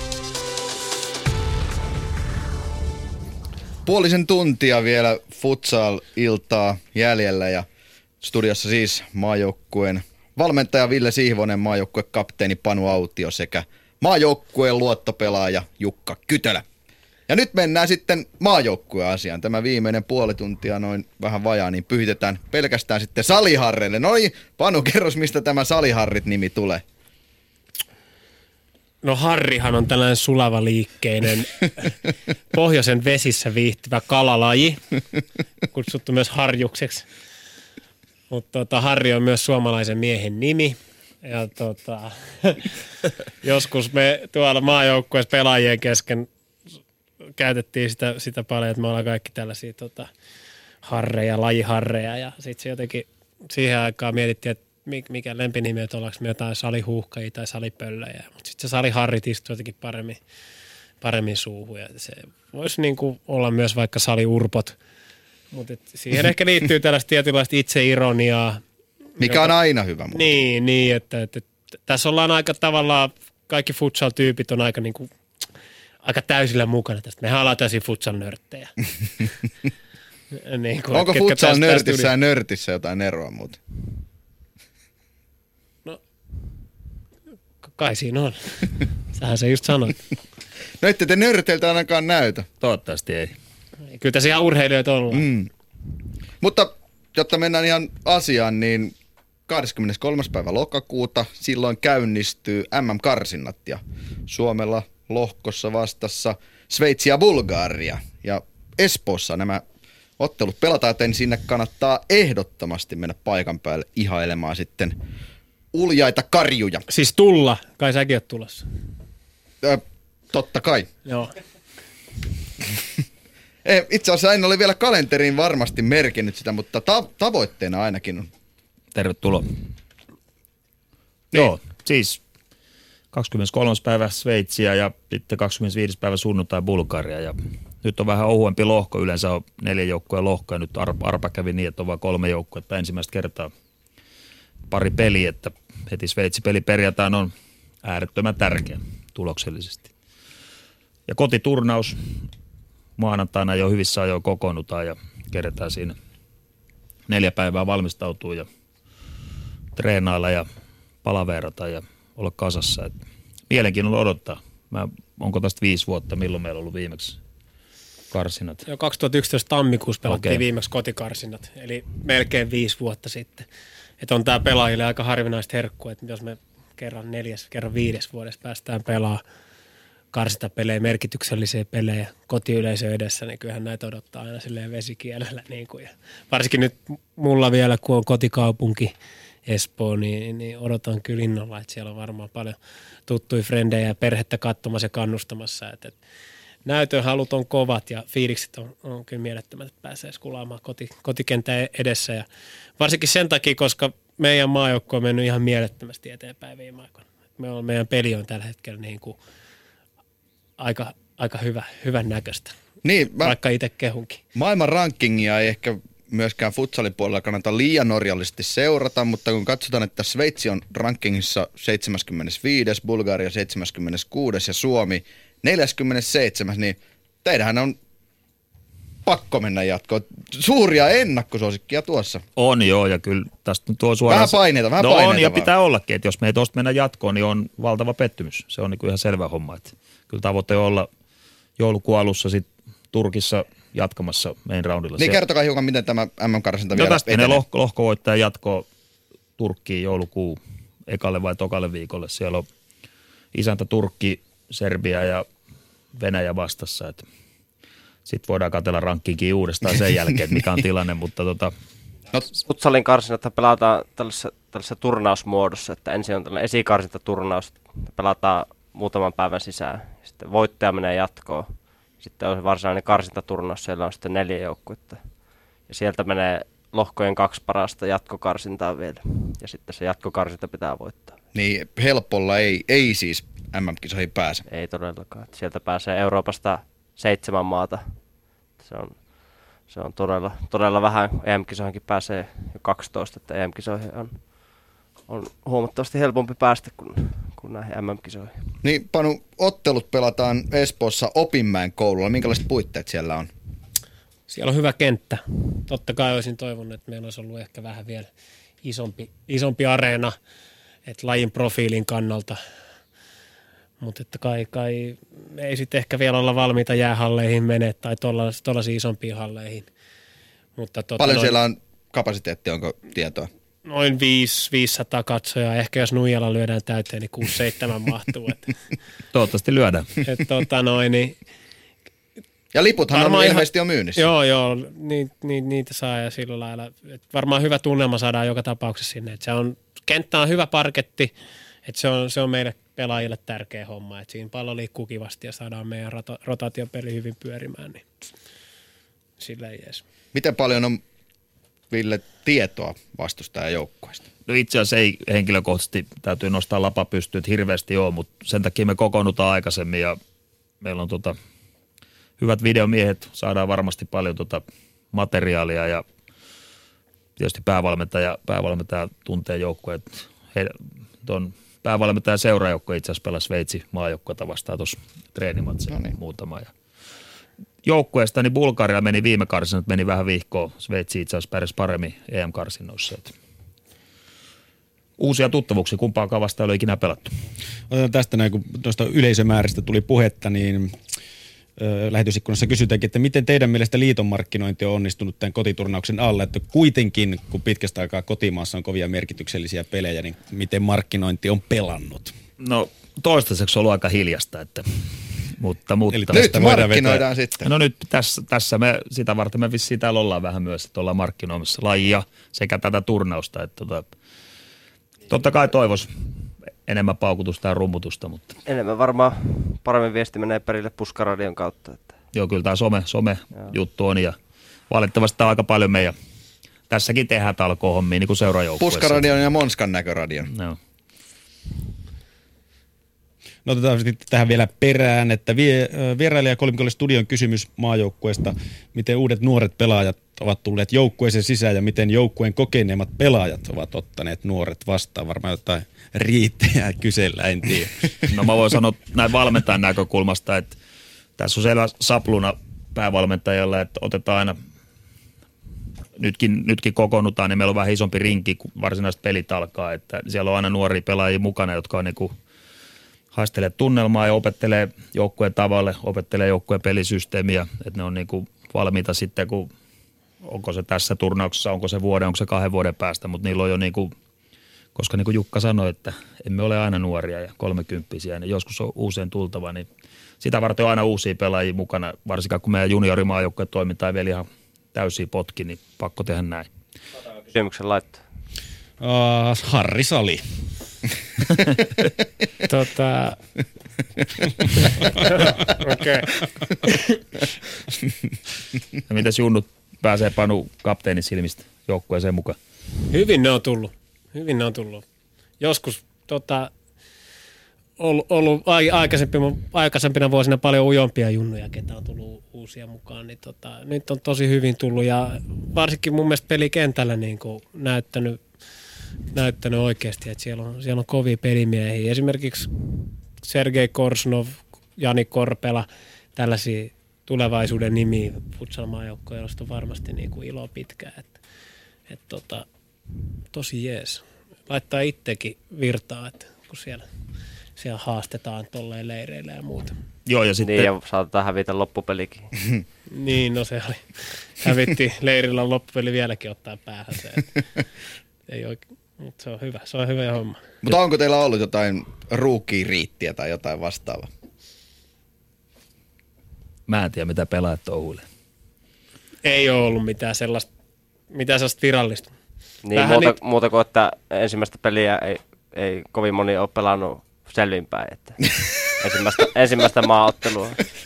Puolisen tuntia vielä futsal-iltaa jäljellä ja studiossa siis maajoukkueen valmentaja Ville Sihvonen, maajoukkuekapteeni Panu Autio sekä maajoukkueen luottopelaaja Jukka Kytölä. Ja nyt mennään sitten maajoukkueasiaan. Tämä viimeinen puoli tuntia noin vähän vajaa, niin pyhitetään pelkästään sitten saliharreille. No niin, Panu, kerros mistä tämä saliharrit-nimi tulee? No Harrihan on tällainen sulava liikkeinen pohjoisen vesissä viihtyvä kalalaji, kutsuttu myös harjukseksi. Mutta Harri on myös suomalaisen miehen nimi. Ja joskus me tuolla maajoukkueessa pelaajien kesken käytettiin sitä paljon, että me ollaan kaikki tällaisia harreja, lajiharreja. Ja sitten se jotenkin siihen aikaan mietittiin, että mikä lempinimi, että ollaanko me jotain salihuuhkajia tai salipöllejä. Mutta sitten se saliharrit istui jotenkin paremmin suuhun. Ja se voisi niin kuin olla myös vaikka saliurpot, mutta siihen ehkä liittyy tällaista tietynlaista itseironiaa. Mikä on aina hyvä. Niin että tässä ollaan aika tavallaan, kaikki futsal-tyypit on aika, niin kuin, aika täysillä mukana tästä. Mehän ollaan täysin futsal-nörttejä. Niin kuin, onko futsal-nörtissä ja nörtissä jotain eroa muuten? No, kai siinä on. Sähän se just sanoit. No ette te nörteiltä ainakaan näytä. Toivottavasti ei. Kyllä tässä ihan urheilijoita ollaan. Mutta jotta mennään ihan asiaan, niin 23. päivä lokakuuta silloin käynnistyy MM-karsinnat ja Suomella lohkossa vastassa Sveitsi ja Bulgaria. Ja Espoossa nämä ottelut pelataan, joten sinne kannattaa ehdottomasti mennä paikan päälle ihailemaan sitten uljaita karjuja. Siis tulla, kai säkin oot tulossa. Totta kai. Joo. Itse asiassa en ole vielä kalenteriin varmasti merkinnyt sitä, mutta tavoitteena ainakin on. Tervetuloa. Joo, siis 23. päivä Sveitsiä ja sitten 25. päivä sunnuntai Bulgaria. Ja nyt on vähän ohuempi lohko, yleensä on 4 joukkoja lohkoja. Nyt arpa kävi niin, että on vain 3 joukkoa, ensimmäistä kertaa pari peliä, että heti Sveitsi-peli perjantaina on äärettömän tärkeä tuloksellisesti. Ja kotiturnaus maanantaina jo hyvissä ajoin kokoonnutaan ja kerätään siinä 4 päivää valmistautua ja treenailla ja palaverata ja olla kasassa. Et mielenkiinnolla odottaa. Onko tästä 5 vuotta, milloin meillä on ollut viimeksi karsinat? Joo, 2011 tammikuussa pelattiin viimeksi kotikarsinat, eli melkein 5 vuotta sitten. Että on tää pelaajille aika harvinaista herkkua, että jos me kerran 4, kerran 5 vuodessa päästään pelaamaan karsintapelejä, merkityksellisiä pelejä kotiyleisön edessä, niin kyllähän näitä odottaa aina silleen vesikielellä. Niin kuin. Ja varsinkin nyt mulla vielä, kun on kotikaupunki Espoo, niin odotan kyllä innolla, että siellä on varmaan paljon tuttuja frendejä ja perhettä katsomassa ja kannustamassa. Et näytön halut on kovat ja fiilikset on kyllä mielettömät, että pääsee skulaamaan kotikentän edessä. Ja varsinkin sen takia, koska meidän maajoukkue on mennyt ihan mielettömästi eteenpäin viime aikoina. Meidän peli on tällä hetkellä niin kuin aika hyvän näköistä, Niin, vaikka itse kehunkin. Maailman rankingia ei ehkä myöskään futsalin puolella kannata liian orjallisesti seurata, mutta kun katsotaan, että Sveitsi on rankingissa 75, Bulgaria 76 ja Suomi 47, niin teidähän on pakko mennä jatkoon. Suuria ennakkosuosikkia tuossa. On joo, ja kyllä tästä tuo suoraan... Vähän paineita on, ja pitää ollakin, että jos me ei tuosta mennä jatkoon, niin on valtava pettymys. Se on niin kuin ihan selvä homma, että kyllä tavoite on olla joulukuun alussa sitten Turkissa jatkamassa main roundilla. Niin kertokaa hiukan, miten tämä MM-karsinta vielä tästä etenee. Lohko voittaa jatkoa Turkkiin joulukuun ekalle vai tokalle viikolle. Siellä on isäntä Turkki, Serbia ja Venäjä vastassa. Sitten voidaan katsella rankkiinkin uudestaan sen jälkeen, että mikä on tilanne, mutta Futsalin karsinat pelataan tällaisessa turnausmuodossa, että ensin on tällainen esikarsintaturnaus, pelataan muutaman päivän sisään. Sitten voittaja menee jatkoon. Sitten on se varsinainen karsintaturnaus, siellä on sitten 4 joukkuetta. Ja sieltä menee lohkojen 2 parasta jatkokarsintaa vielä. Ja sitten se jatkokarsinta pitää voittaa. Niin helpolla ei siis MM-kisoihin pääse. Ei todellakaan. Sieltä pääsee Euroopasta 7 maata. Se on todella vähän. EM-kisoihinkin pääsee jo 12, että EM-kisoihin on huomattavasti helpompi päästä kuin näihin MM-kisoihin. Niin Panu, ottelut pelataan Espoossa Opinmäen koululla. Minkälaiset puitteet siellä on? Siellä on hyvä kenttä. Totta kai olisin toivonut, että meillä olisi ollut ehkä vähän vielä isompi areena, että lajin profiilin kannalta. Mutta että kai ei sitten ehkä vielä olla valmiita jäähalleihin mene tai tuollaisiin isompiin halleihin. Mutta paljon siellä on kapasiteetti, onko tietoa? Noin 500 katsojaa. Ehkä jos nuijalla lyödään täyteen, niin 6-7 mahtuu. Toivottavasti lyödään. Niin, ja liputhan on ilmeisesti jo myynnissä. Joo, niitä saa ja sillä lailla. Varmaan hyvä tunnelma saadaan joka tapauksessa sinne. Kenttä on hyvä parketti, että se on meille pelaajille tärkeä homma. Että siinä pallo liikkuu kivasti ja saadaan meidän rotaatiopeli hyvin pyörimään, niin sillä ei jees. Miten paljon on, Ville, tietoa vastustajajoukkueesta? No itse asiassa ei henkilökohtaisesti, täytyy nostaa lapa pystyyn, että hirveästi on, mutta sen takia me kokoonnutaan aikaisemmin ja meillä on hyvät videomiehet, saadaan varmasti paljon materiaalia ja tietysti päävalmentaja tuntee joukkueet. Tuon päävalmentaja seuraajoukkue itse asiassa pelasi Sveitsi maajoukkuetta vastaan tuossa treenimatsia muutama. Ja joukkueesta niin Bulgaria meni viime karsinat, meni vähän vihkoon. Sveitsi itse asiassa pärjäsi paremmin EM-karsinnoissa. Uusia tuttavuuksia, kumpaakaan vastaan ei ole ikinä pelattu. Otetaan tästä näin, kun tuosta yleisömääristä tuli puhetta, niin lähetysikkunassa kysytäänkin, että miten teidän mielestä liiton markkinointi on onnistunut tämän kotiturnauksen alle, että kuitenkin kun pitkästä aikaa kotimaassa on kovia merkityksellisiä pelejä, niin miten markkinointi on pelannut? No toistaiseksi on ollut aika hiljasta, mutta nyt markkinoidaan sitten. No nyt tässä me sitä varten me vissiin täällä ollaan vähän myös, että ollaan markkinoimassa lajia sekä tätä turnausta, että totta kai toivoisi enemmän paukutusta ja rummutusta, mutta enemmän varmaan paremmin viesti menee perille Puskaradion kautta. Että. Joo, kyllä tämä some-juttu on ja valitettavasti tämä on aika paljon meidän. Tässäkin tehdään talkoohommia niin kuin seurajoukkueessa. Puskaradion ja Monskan näköradion. No. No otetaan sitten tähän vielä perään, että vierailijakolmikolle studion kysymys maajoukkueesta. Miten uudet nuoret pelaajat ovat tulleet joukkueeseen sisään ja miten joukkueen kokeneemmat pelaajat ovat ottaneet nuoret vastaan? Varmaan jotain riittää kysellä, en tiedä. No mä voin sanoa näin valmentajan näkökulmasta, että tässä on selvä sapluna päävalmentajalla, että otetaan aina, nytkin kokoonnutaan, niin meillä on vähän isompi rinki, kun varsinaiset pelit alkaa, että siellä on aina nuoria pelaajia mukana, jotka on niinku haistelee tunnelmaa ja opettelee joukkueen tavalle, opettelee joukkueen pelisysteemiä, että ne on niinku valmiita sitten, kun onko se tässä turnauksessa, onko se vuoden, onko se 2 vuoden päästä, mutta niillä on jo niinku, koska niin kuin Jukka sanoi, että emme ole aina nuoria ja 30-vuotiaita, niin joskus on uusien tultava, niin sitä varten on aina uusia pelaajia mukana, varsinkaan kun meidän juniorimaajoukkueen toiminta ei vielä ihan täysiä potki, niin pakko tehdä näin. Kysymyksen laittaa. Harri Sali. Okei. Ja mitäs junnut pääsee Panu kapteenin silmistä joukkueeseen mukaan? Hyvin ne on tullut. Joskus ollut aikaisempina vuosina paljon ujompia junnuja, ketä on tullut uusia mukaan, niin nyt on tosi hyvin tullut ja varsinkin mun mielestä pelikentällä niin kuin näyttänyt oikeasti, että siellä on kovia pelimiehiä. Esimerkiksi Sergei Korsnov, Jani Korpela, tällaisia tulevaisuuden nimiä futsal-maajoukkoja, joista on varmasti niin kuin ilo pitkään. Tosi jees. Laittaa itsekin virtaa, että kun siellä haastetaan tolleen leireillä ja muuta. Joo, ja sitten... Niin, ja saatetaan hävitä loppupelikin. Niin, no se oli. Hävitti leirillä loppupeli vieläkin ottaa päähän se. Ei oikein, mutta se on hyvä homma. Mutta onko teillä ollut jotain rookie-riittiä tai jotain vastaavaa? Mä en tiedä, mitä pelaajat touhuilee. Ei ole ollut mitään sellaista virallista. Niin, muuta kuin, että ensimmäistä peliä ei kovin moni ole pelannut selvinpäin, että ensimmäistä maaottelua.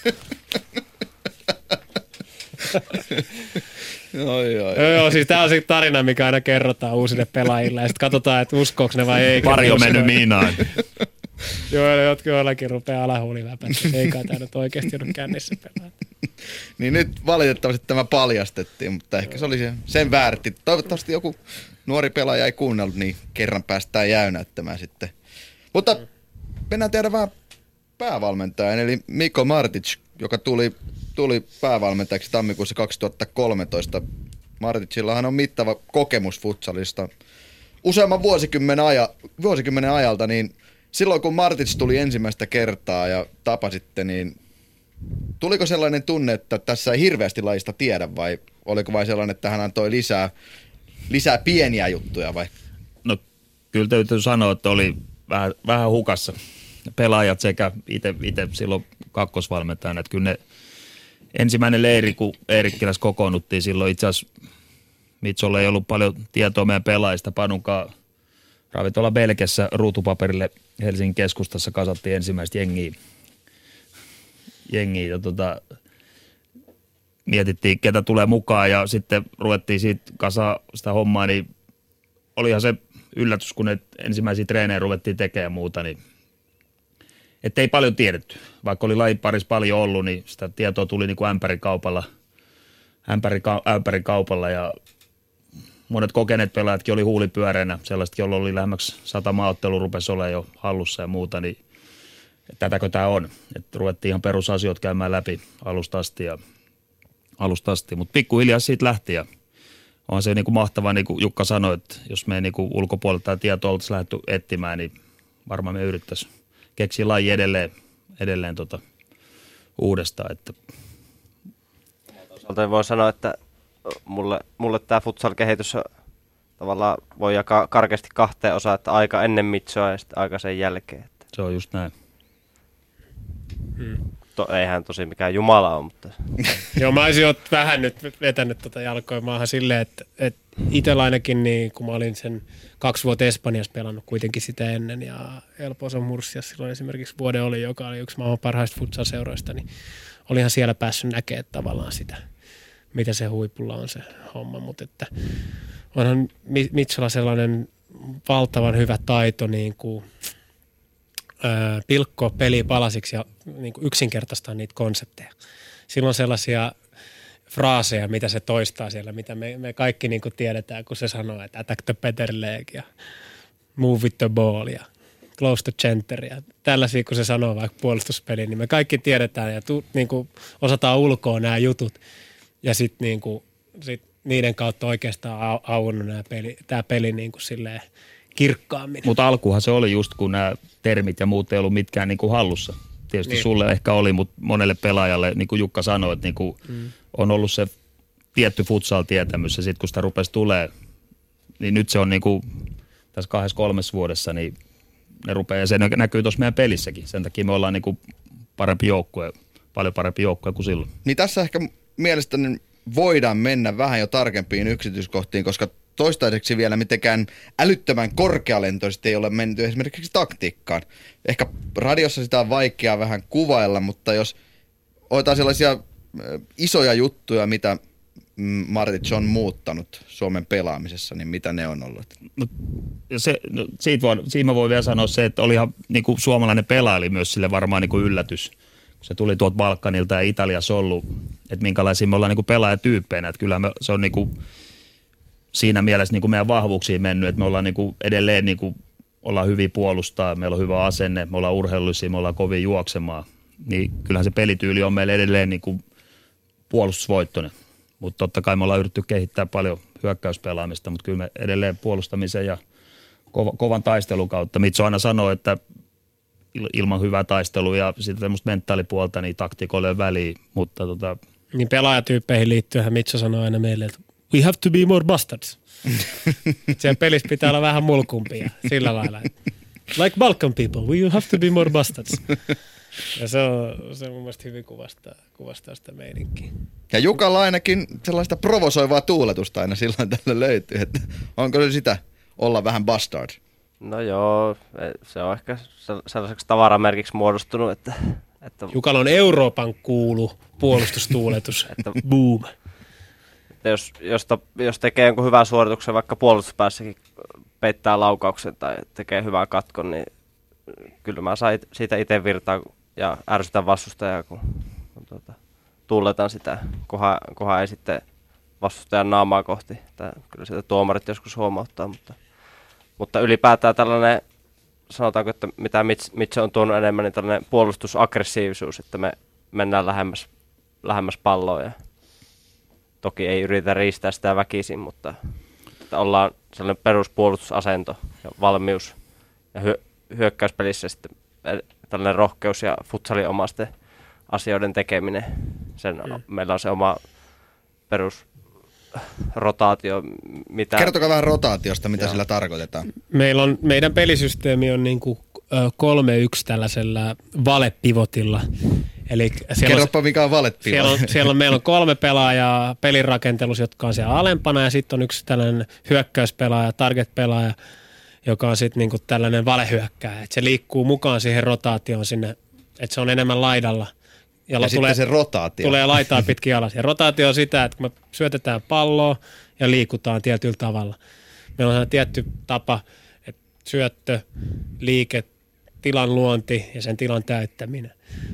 Joo, siis tämä on se tarina, mikä aina kerrotaan uusille pelaajille, ja sitten katsotaan, että uskooko ne vai ei. Pari on mennyt miinaan. Joo, jotkut jollakin rupeaa alahuuli läpäistä, ei kai tämä nyt oikeasti ollut kännissä pelaa. Niin nyt valitettavasti tämä paljastettiin, mutta ehkä se oli sen väärti. Toivottavasti joku nuori pelaaja ei kuunnellut, niin kerran päästään jäynäyttämään sitten. Mutta mennään tehdä vähän päävalmentajan, eli Mikko Martic, joka tuli päävalmentajaksi tammikuussa 2013. Marticillahan on mittava kokemus futsalista useamman vuosikymmenen ajalta, niin silloin kun Martic tuli ensimmäistä kertaa ja tapasitte, niin tuliko sellainen tunne, että tässä ei hirveästi lajista tiedä vai oliko vain sellainen, että hän antoi lisää pieniä juttuja vai? No kyllä täytyy sanoa, että oli vähän hukassa pelaajat sekä itse silloin kakkosvalmentajana, että kyllä ne ensimmäinen leiri, kun Eerikkilässä kokoonnuttiin silloin itse asiassa Mitsolla ei ollut paljon tietoa meidän pelaajista. Panunkaan ravintola Belkessä ruutupaperille Helsingin keskustassa kasattiin ensimmäistä jengiä ja mietittiin, ketä tulee mukaan ja sitten ruvettiin siitä kasaa sitä hommaa, niin olihan se yllätys, kun ne ensimmäisiä treenejä ruvettiin tekemään muuta, niin että ei paljon tiedetty. Vaikka oli lajin parissa paljon ollut, niin sitä tietoa tuli niin kuin ämpärikaupalla ja monet kokeneet pelaajatkin oli huulipyöreänä, sellaiset, joilla oli lähemmäksi 100 maaottelua rupesi olemaan jo hallussa ja muuta, niin tätäkö tämä on. Että ruvettiin ihan perusasioita käymään läpi alusta asti, mutta pikkuhiljaa siitä lähti ja on se niin kuin mahtavaa, niin kuin Jukka sanoi, että jos me niin kuin ulkopuolelta tämä tieto oltaisiin lähdetty etsimään, niin varmaan me yrittäisiin keksiä laji edelleen uudestaan. Että. Toisaalta voi sanoa, että mulle tämä futsal-kehitys tavallaan voi jakaa karkeasti kahteen osaan, että aika ennen Mitsoa ja sitten aika sen jälkeen. Että. Se on just näin. Eihän tosi mikään jumala ole, mutta. Joo, mä olisin vähän nyt vetänyt jalkoja maahan silleen, että itsellä ainakin, niin, kun mä olin sen 2 vuotta Espanjassa pelannut kuitenkin sitä ennen ja El Pozo Murcias silloin esimerkiksi vuoden oli, joka oli yksi maailman parhaista futsal-seuroista, niin olihan siellä päässyt näkemään tavallaan sitä, mitä se huipulla on se homma, mutta että onhan Mitsolla sellainen valtavan hyvä taito niin kuin pilkkoa peliä palasiksi ja niin kuin yksinkertaistaa niitä konsepteja. Silloin sellaisia fraaseja, mitä se toistaa siellä, mitä me kaikki niin kuin tiedetään, kun se sanoo, että attack the better leg ja move with the ball ja close the center ja tällaisia, kun se sanoo vaikka puolustuspeliin, niin me kaikki tiedetään ja niin kuin osataan ulkoa nämä jutut ja sitten niin kuin, niiden kautta oikeastaan auennut tämä peli niin kuin silleen kirkkaammin. Mutta alkuhan se oli just, kun nämä termit ja muut ei ollut mitkään niin kuin hallussa. Tietysti niin. Sulle ehkä oli, mutta monelle pelaajalle, niin kuin Jukka sanoi, että niin kuin on ollut se tietty futsal-tietämys ja sitten kun sitä rupesi tulee, niin nyt se on niin kuin tässä 2-3 vuodessa, niin ne rupeaa ja se näkyy tuossa meidän pelissäkin. Sen takia me ollaan niin kuin parempi joukkue, paljon parempi joukkue kuin silloin. Niin tässä ehkä mielestäni voidaan mennä vähän jo tarkempiin yksityiskohtiin, koska toistaiseksi vielä mitenkään älyttömän korkealentoisesti ei ole menty esimerkiksi taktiikkaan. Ehkä radiossa sitä on vaikea vähän kuvailla, mutta jos otetaan sellaisia isoja juttuja, mitä Martic on muuttanut Suomen pelaamisessa, niin mitä ne on ollut? Siitä mä voin vielä sanoa se, että oli ihan niin kuin suomalainen pelaaja myös sille varmaan niin kuin yllätys. Se tuli tuolta Balkanilta ja Italiassa ollut, että minkälaisia me ollaan niin kuin pelaajatyyppeinä. Että kyllä se on niin kuin siinä mielessä niin kuin meidän vahvuuksiin mennyt, että me ollaan niin kuin edelleen niin kuin ollaan hyviä puolustaa, meillä on hyvä asenne, me ollaan urheilullisia, me ollaan kovin juoksemaan. Niin kyllähän se pelityyli on meillä edelleen niin kuin puolustusvoittoinen. Mutta totta kai me ollaan yritetty kehittää paljon hyökkäyspelaamista, mutta kyllä me edelleen puolustamisen ja kovan taistelun kautta. Mitso aina sanoo, että ilman hyvää taistelua ja sitten tämmöistä mentaalipuolta, niin taktikoille on väliä, mutta Niin pelaajatyyppeihin liittyen Mitso sanoo aina meille, että we have to be more bastards. Siellä pelissä pitää olla vähän mulkumpia, sillä lailla. Like Balkan people, we have to be more bastards. Ja se on mun mielestä hyvin kuvastaa sitä meininkiä. Ja Jukalla ainakin sellaista provosoivaa tuuletusta aina silloin tällä löytyy, että onko se sitä olla vähän bastard? No joo, se on ehkä sellaiseksi tavaramerkiksi muodostunut, että Jukalla on Euroopan kuulu puolustustuuletus. että boom. Että jos tekee jonkun hyvän suorituksen, vaikka puolustuspäässäkin peittää laukauksen tai tekee hyvän katkon, niin kyllä mä sain siitä itse virtaa ja ärsytän vastustajaa, kun tuuletaan sitä, kunhan ei sitten vastustajan naamaa kohti. Kyllä sitä tuomarit joskus huomauttaa, mutta ylipäätään tällainen, sanotaanko, että mitä Mitse on tuonut enemmän, niin tällainen puolustusaggressiivisuus, että me mennään lähemmäs palloa ja toki ei yritä riistää sitä väkisin, mutta että ollaan sellainen peruspuolustusasento ja valmius ja hyökkäyspelissä sitten tällainen rohkeus ja futsalin omasten asioiden tekeminen. Meillä on se oma perusrotaatio. Kertokaa vähän rotaatiosta, mitä sillä tarkoitetaan. Meidän pelisysteemi on niin kuin 3-1 tällaisella valepivotilla. Eli kerropa mikä on valepivot. Meillä on 3 pelaajaa pelirakentelussa, jotka on siellä alempana ja sitten on yksi tällainen hyökkäyspelaaja, target-pelaaja, joka on sitten niinku tällainen valehyökkääjä. Että se liikkuu mukaan siihen rotaatioon sinne, että se on enemmän laidalla. Ja sitten se rotaatio. Tulee laitaa pitkin alas. Ja rotaatio on sitä, että kun me syötetään palloa ja liikutaan tietyllä tavalla. Meillä on tietty tapa, että syöttö, liike, tilan luonti ja sen tilan täyttäminen.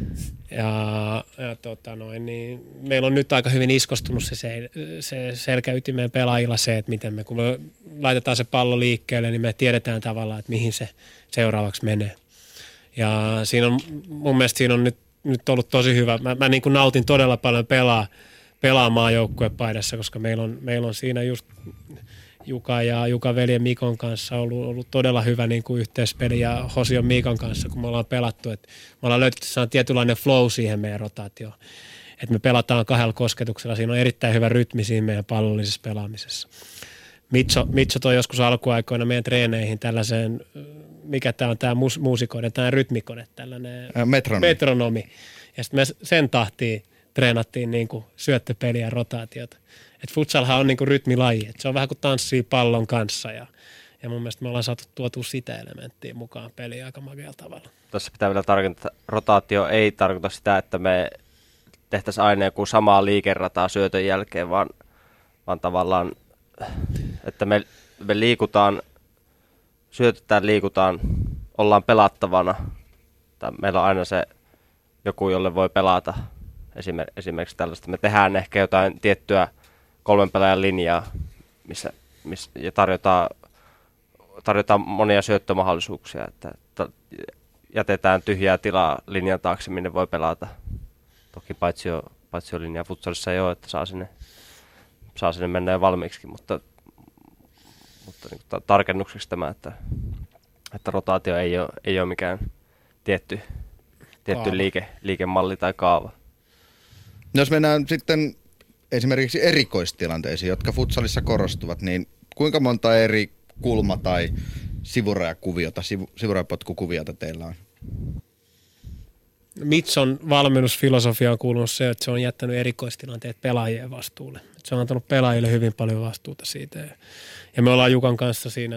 Niin meillä on nyt aika hyvin iskostunut se selkäytimeen pelaajilla se, että miten kun me laitetaan se pallo liikkeelle, niin me tiedetään tavallaan, että mihin se seuraavaksi menee. Ja mun mielestä siinä on nyt ollut tosi hyvä. Mä niin kuin nautin todella paljon pelaa maajoukkuepaidassa, koska meillä on siinä just Juka ja Juka veljen Mikon kanssa ollut todella hyvä niin kuin yhteispeli ja Hosion Mikan kanssa, kun me ollaan pelattu. Me ollaan löytetty tietynlainen flow siihen meidän rotaatioon. Että me pelataan 2 kosketuksella. Siinä on erittäin hyvä rytmi siinä meidän pallollisessa pelaamisessa. Mitso toi joskus alkuaikoina meidän treeneihin tällaiseen, mikä tämä on tämä muusikoiden, tämä rytmikone, tällainen metronomi. Ja sitten me sen tahtiin treenattiin niin kuin syöttöpeliä ja rotaatiota. Et futsalhan on niinku rytmilaji, et se on vähän kuin tanssii pallon kanssa ja mun mielestä me ollaan saatu tuotua sitä elementtiä mukaan peliin aika makealla tavalla. Tuossa pitää vielä tarkentaa, että rotaatio ei tarkoita sitä, että me tehtäisiin aina joku samaa liikerataa syötön jälkeen, vaan tavallaan, että me liikutaan, ollaan pelattavana. Tai meillä on aina se joku, jolle voi pelata esimerkiksi tällaista. Me tehdään ehkä jotain tiettyä 3 pelaajan linjaa, missä ja tarjotaan monia syöttömahdollisuuksia, että jätetään tyhjää tilaa linjan taakse, minne voi pelata. Toki paitsi linjaa futsalissa ei ole, että saa sinne mennä jo valmiiksi, mutta niin tarkennukseksi tämä, että rotaatio ei ole mikään tietty liikemalli tai kaava. Jos mennään sitten esimerkiksi erikoistilanteisiin, jotka futsalissa korostuvat, niin kuinka monta eri kulma- tai sivurajapotkukuviota teillä on? Mitson valmennusfilosofia on kuulunut se, että se on jättänyt erikoistilanteet pelaajien vastuulle. Se on antanut pelaajille hyvin paljon vastuuta siitä. Ja me ollaan Jukan kanssa siinä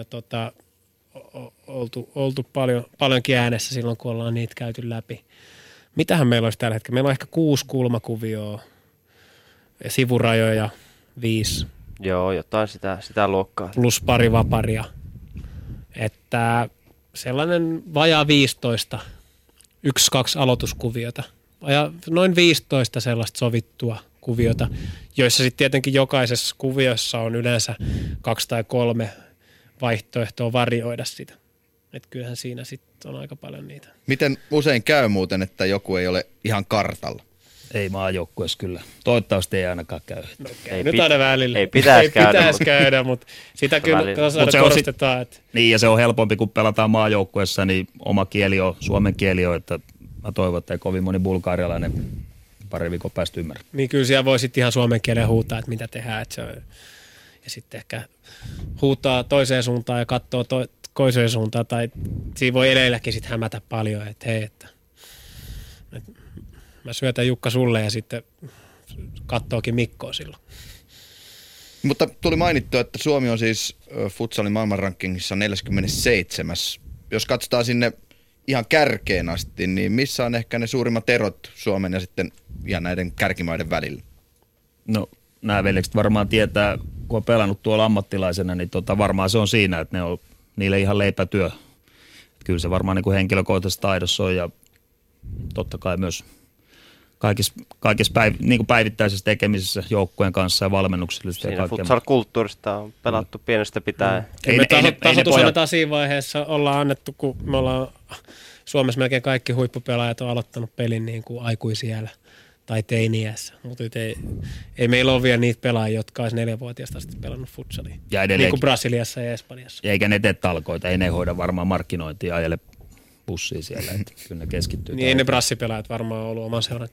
oltu paljonkin äänessä silloin, kun ollaan niitä käyty läpi. Mitähän meillä olisi tällä hetkellä? Meillä on ehkä 6 kulmakuvioa ja sivurajoja 5. Joo, jotain sitä luokkaa. Plus pari vaparia. Että sellainen vajaa 15, 1-2 aloituskuviota. Ja noin 15 sellaista sovittua kuviota, joissa sitten tietenkin jokaisessa kuviossa on yleensä 2 tai 3 vaihtoehtoa varioida sitä. Että kyllähän siinä sitten on aika paljon niitä. Miten usein käy muuten, että joku ei ole ihan kartalla? Ei maajoukkueessa kyllä. Toivottavasti ei ainakaan käy. No, nyt aina välillä. Ei pitäisi käydä, mutta sitä kyllä korostetaan. Että niin, ja se on helpompi, kun pelataan maajoukkueessa, niin oma kieli on, suomen kieli on, että mä toivon, että ei kovin moni bulgarialainen pari viikon päästä ymmärrä. Niin kyllä siellä voi sitten ihan suomen kielen huutaa, että mitä tehdään. Että se on, ja sitten ehkä huutaa toiseen suuntaan ja katsoo toiseen suuntaan, tai siinä voi edelläkin sitten hämätä paljon, että hei, että mä syötän Jukka sulle ja sitten kattookin Mikkoa silloin. Mutta tuli mainittua, että Suomi on siis futsalin maailmanrankingissa 47. Jos katsotaan sinne ihan kärkeen asti, niin missä on ehkä ne suurimmat erot Suomen ja sitten ihan näiden kärkimaiden välillä? No nämä veljekset varmaan tietää, kun on pelannut tuolla ammattilaisena, niin varmaan se on siinä, että niille ihan leipätyö. Kyllä se varmaan niin kuin henkilökohtaisessa taidossa on ja totta kai myös kaikissa niin kuin päivittäisessä tekemisessä joukkueen kanssa ja valmennuksellisesti. Siinä futsal-kulttuurista on pelattu pienestä pitäen. Tasoitus annetaan siinä vaiheessa, ollaan annettu, kun me ollaan Suomessa melkein kaikki huippupelaajat on aloittanut pelin niin kuin aikuisiällä tai teini-iässä. Mutta ei meillä ole vielä niitä pelaajia, jotka olisi 4-vuotiaasta asti pelannut futsalia. Niin kuin Brasiliassa ja Espanjassa. Ja eikä ne tee talkoita, ei ne hoida varmaan markkinointia ajele bussia siellä, että kyllä ne keskittyy. Niin ei ne brassipelaajat varmaan ollut oman seuran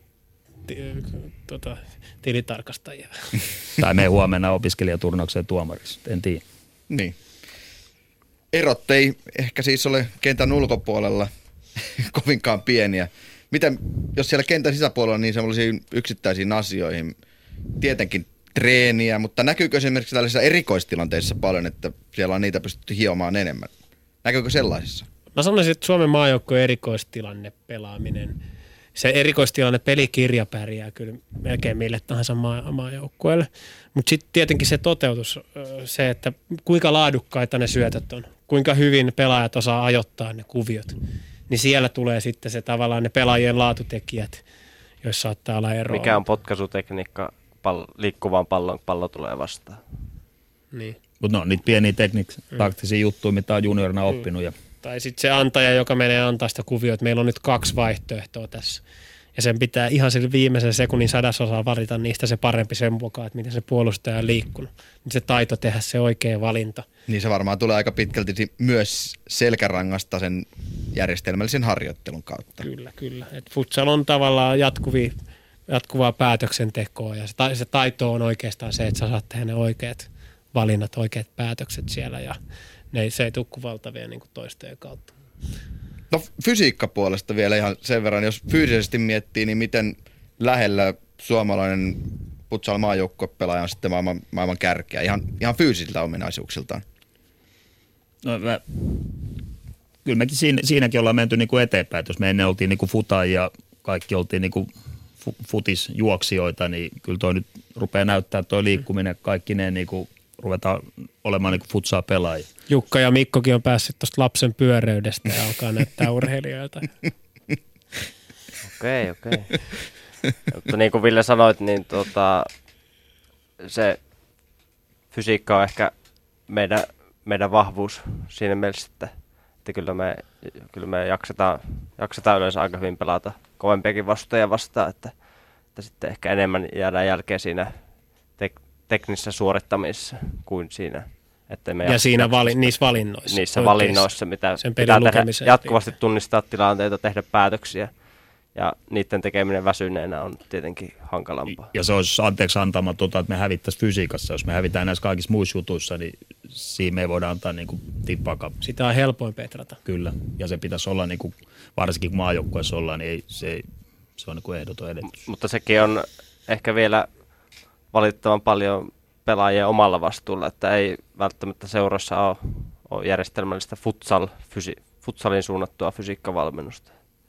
tilitarkastajia. Tai me huomenna opiskelijaturnaukseen tuomarissa, en tiedä. Niin. Erot ei ehkä siis ole kentän ulkopuolella kovinkaan pieniä. Miten, jos siellä kentän sisäpuolella niin sellaisiin yksittäisiin asioihin, tietenkin treeniä, mutta näkyykö esimerkiksi tällaisissa erikoistilanteissa paljon, että siellä on niitä pystytty hiomaan enemmän? Näkyykö sellaisissa? Mä sanoisin, että Suomen maajoukkojen erikoistilanne pelaaminen, se erikoistilanne pelikirja pärjää kyllä melkein mille tahansa maajoukkueelle. Mutta sitten tietenkin se toteutus, se, että kuinka laadukkaita ne syötöt on, kuinka hyvin pelaajat osaa ajoittaa ne kuviot. niin siellä tulee sitten se tavallaan ne pelaajien laatutekijät, joissa saattaa olla eroa. Mikä on potkaisutekniikka liikkuvaan pallon, pallo tulee vastaan? Niin. Mutta no, niitä pieniä taktisia juttuja, mitä on juniorina oppinut. Ja Tai sitten se antaja, joka menee antaa sitä kuvioa, että meillä on nyt 2 vaihtoehtoa tässä. Ja sen pitää ihan sillä viimeisen sekunnin 100% valita niistä se parempi sen mukaan, että miten se puolustaja on liikkunut. Niin se taito tehdä se oikea valinta. Niin se varmaan tulee aika pitkälti myös selkärangasta sen järjestelmällisen harjoittelun kautta. Kyllä. Et futsal on tavallaan jatkuvaa päätöksentekoa ja se taito on oikeastaan se, että sä saat tehdä ne oikeat valinnat, oikeat päätökset siellä ja se ei tule kuin valtavia niin kuin toistojen kautta. No fysiikkapuolesta vielä ihan sen verran, jos fyysisesti miettii, niin miten lähellä suomalainen futsal-maajoukkuepelaaja on sitten maailman kärkeä ihan fyysisiltä ominaisuuksiltaan? no, kyllä mekin siinäkin ollaan menty niinku eteenpäin, että jos me ennen oltiin niinku futajia ja kaikki oltiin niinku futisjuoksijoita, niin kyllä toi nyt rupeaa näyttää toi liikkuminen, kaikki ne niinku ruvetaan olemaan niinku futsal-pelaajia. Jukka ja Mikkokin on päässyt tuosta lapsen pyöreydestä ja alkaa näyttää urheilijoilta. Okei. Mutta niin kuin Ville sanoit, niin se fysiikka on ehkä meidän vahvuus siinä mielessä, että kyllä me jaksetaan yleensä aika hyvin pelata kovempiakin vastustajia vastaan, että sitten ehkä enemmän jäädään jälkeen siinä teknisessä suorittamisessa kuin siinä. Että me ja siinä niissä valinnoissa. Niissä valinnoissa, mitä pitää tehdä, jatkuvasti tunnistaa tilanteita, tehdä päätöksiä. Ja niiden tekeminen väsyneenä on tietenkin hankalampaa. Ja se olisi anteeksi antamatonta, että me hävittäisiin fysiikassa. Jos me hävitään näissä kaikissa muissa jutuissa, niin siinä me ei voida antaa niin tippaakaan. Sitä on helpoin petrata. Kyllä. Ja se pitäisi olla, niin kuin, varsinkin kun maajoukkueessa ollaan, niin se on niin kuin ehdoton edellytys. Mutta sekin on ehkä vielä valitettavan paljon pelaajien omalla vastuulla, että ei välttämättä seurassa ole järjestelmällistä futsalin suunnattua fysiikkavalmennusta.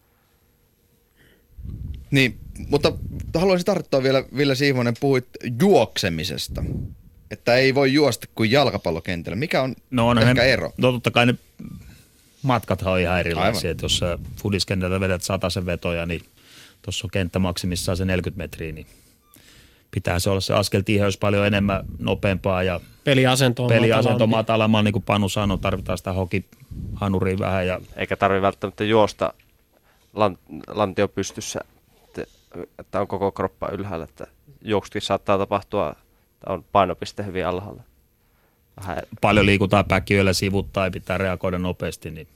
Niin, mutta haluaisin tarttua vielä, Ville Sihvonen, puhuit juoksemisesta, että ei voi juosta kuin jalkapallokentällä. Mikä on ehkä ero? No totta kai ne matkathan on ihan erilaisia, että jos sä fudiskentältä vedät 100 vetoja, niin tuossa on kenttä maksimissaan se 40 metriä, niin pitää se olla se askeltiheys paljon enemmän nopeampaa ja peliasento matalamalla, niin kuin Panu sanoi, tarvitaan sitä hokihanuria vähän. Eikä tarvitse välttämättä juosta lantio pystyssä, että on koko kroppa ylhäällä, että juoksukin saattaa tapahtua, että on painopiste hyvin alhaalla. Paljon liikutaan päkiöillä sivuttaa ja pitää reagoida nopeasti, niin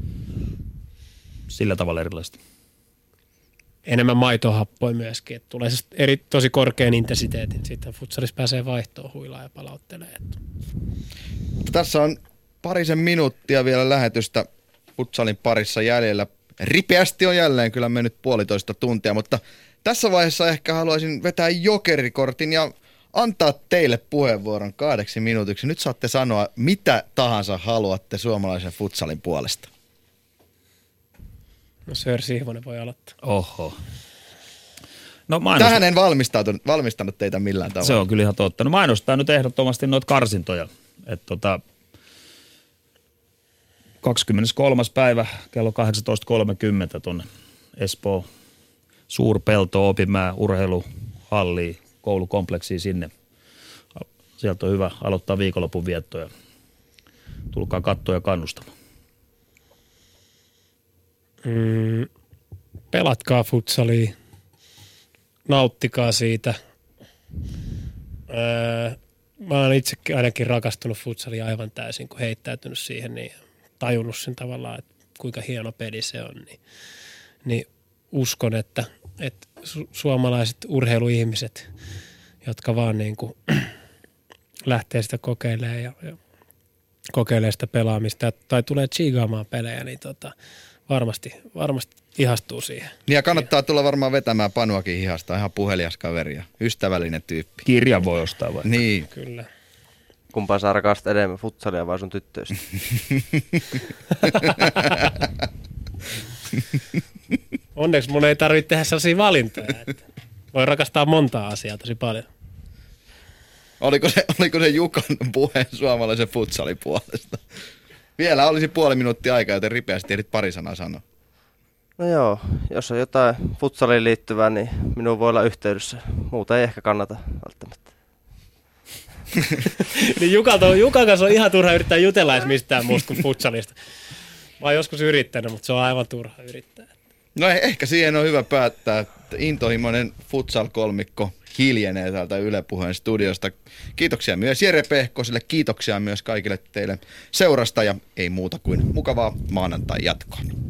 sillä tavalla erilaista. Enemmän maitohappoja myöskin, että tulee tosi korkean intensiteetin. Sitten futsalissa pääsee vaihtoon, huilaa ja palauttelee. Tässä on parisen minuuttia vielä lähetystä futsalin parissa jäljellä. Ripeästi on jälleen kyllä mennyt 1,5 tuntia, mutta tässä vaiheessa ehkä haluaisin vetää jokerikortin ja antaa teille puheenvuoron 2 minuutiksi. Nyt saatte sanoa mitä tahansa haluatte suomalaisen futsalin puolesta. No Sir Sihvonen voi aloittaa. Oho. No, tähän en valmistanut teitä millään tavalla. Se on kyllä ihan totta. No mainostaa nyt ehdottomasti noita karsintoja. Että 23. päivä kello 18.30 tuonne Espoo Suurpelto Opimää urheiluhalliin, koulukompleksiin sinne. Sieltä on hyvä aloittaa viikonlopun viettoja. Tulkaa katsoa ja kannustamaan. Pelatkaa futsalia, nauttikaa siitä. Mä oon itsekin ainakin rakastunut futsalia aivan täysin, kun heittäytynyt siihen, niin tajunnut sen tavallaan, että kuinka hieno peli se on. Niin uskon, että suomalaiset urheiluihmiset, jotka vaan niin kuin lähtee sitä kokeilemaan ja kokeilee sitä pelaamista tai tulee chiigaamaan pelejä, niin varmasti ihastuu siihen. Niin ja kannattaa tulla varmaan vetämään Panuakin hihasta, ihan puhelias kaveri ja ystävällinen tyyppi. Kirja voi ostaa vaikka. Niin. Kyllä. Kumpaan sä rakastat enemmän, futsalia vai sun tyttöistä? Onneksi mun ei tarvitse tehdä sellaisia valintoja, että voi rakastaa montaa asiaa tosi paljon. Oliko se Jukan puhe suomalaisen futsalin puolesta? Vielä olisi 0,5 minuuttia aikaa, joten ripeästi ehdit pari sanaa sanoa. No joo, jos on jotain futsaliin liittyvää, niin minuun voi olla yhteydessä. Muuta ei ehkä kannata välttämättä. Niin Jukan kanssa on ihan turha yrittää jutella edes mistään muusta kuin futsalista. Mä oon joskus yrittänyt, mutta se on aivan turha yrittää. No ehkä siihen on hyvä päättää, että intohimoinen futsal-kolmikko hiljenee täältä Yle Puheen studiosta. Kiitoksia myös Jere Pehkoselle, kiitoksia myös kaikille teille seurasta ja ei muuta kuin mukavaa maanantai jatkoa.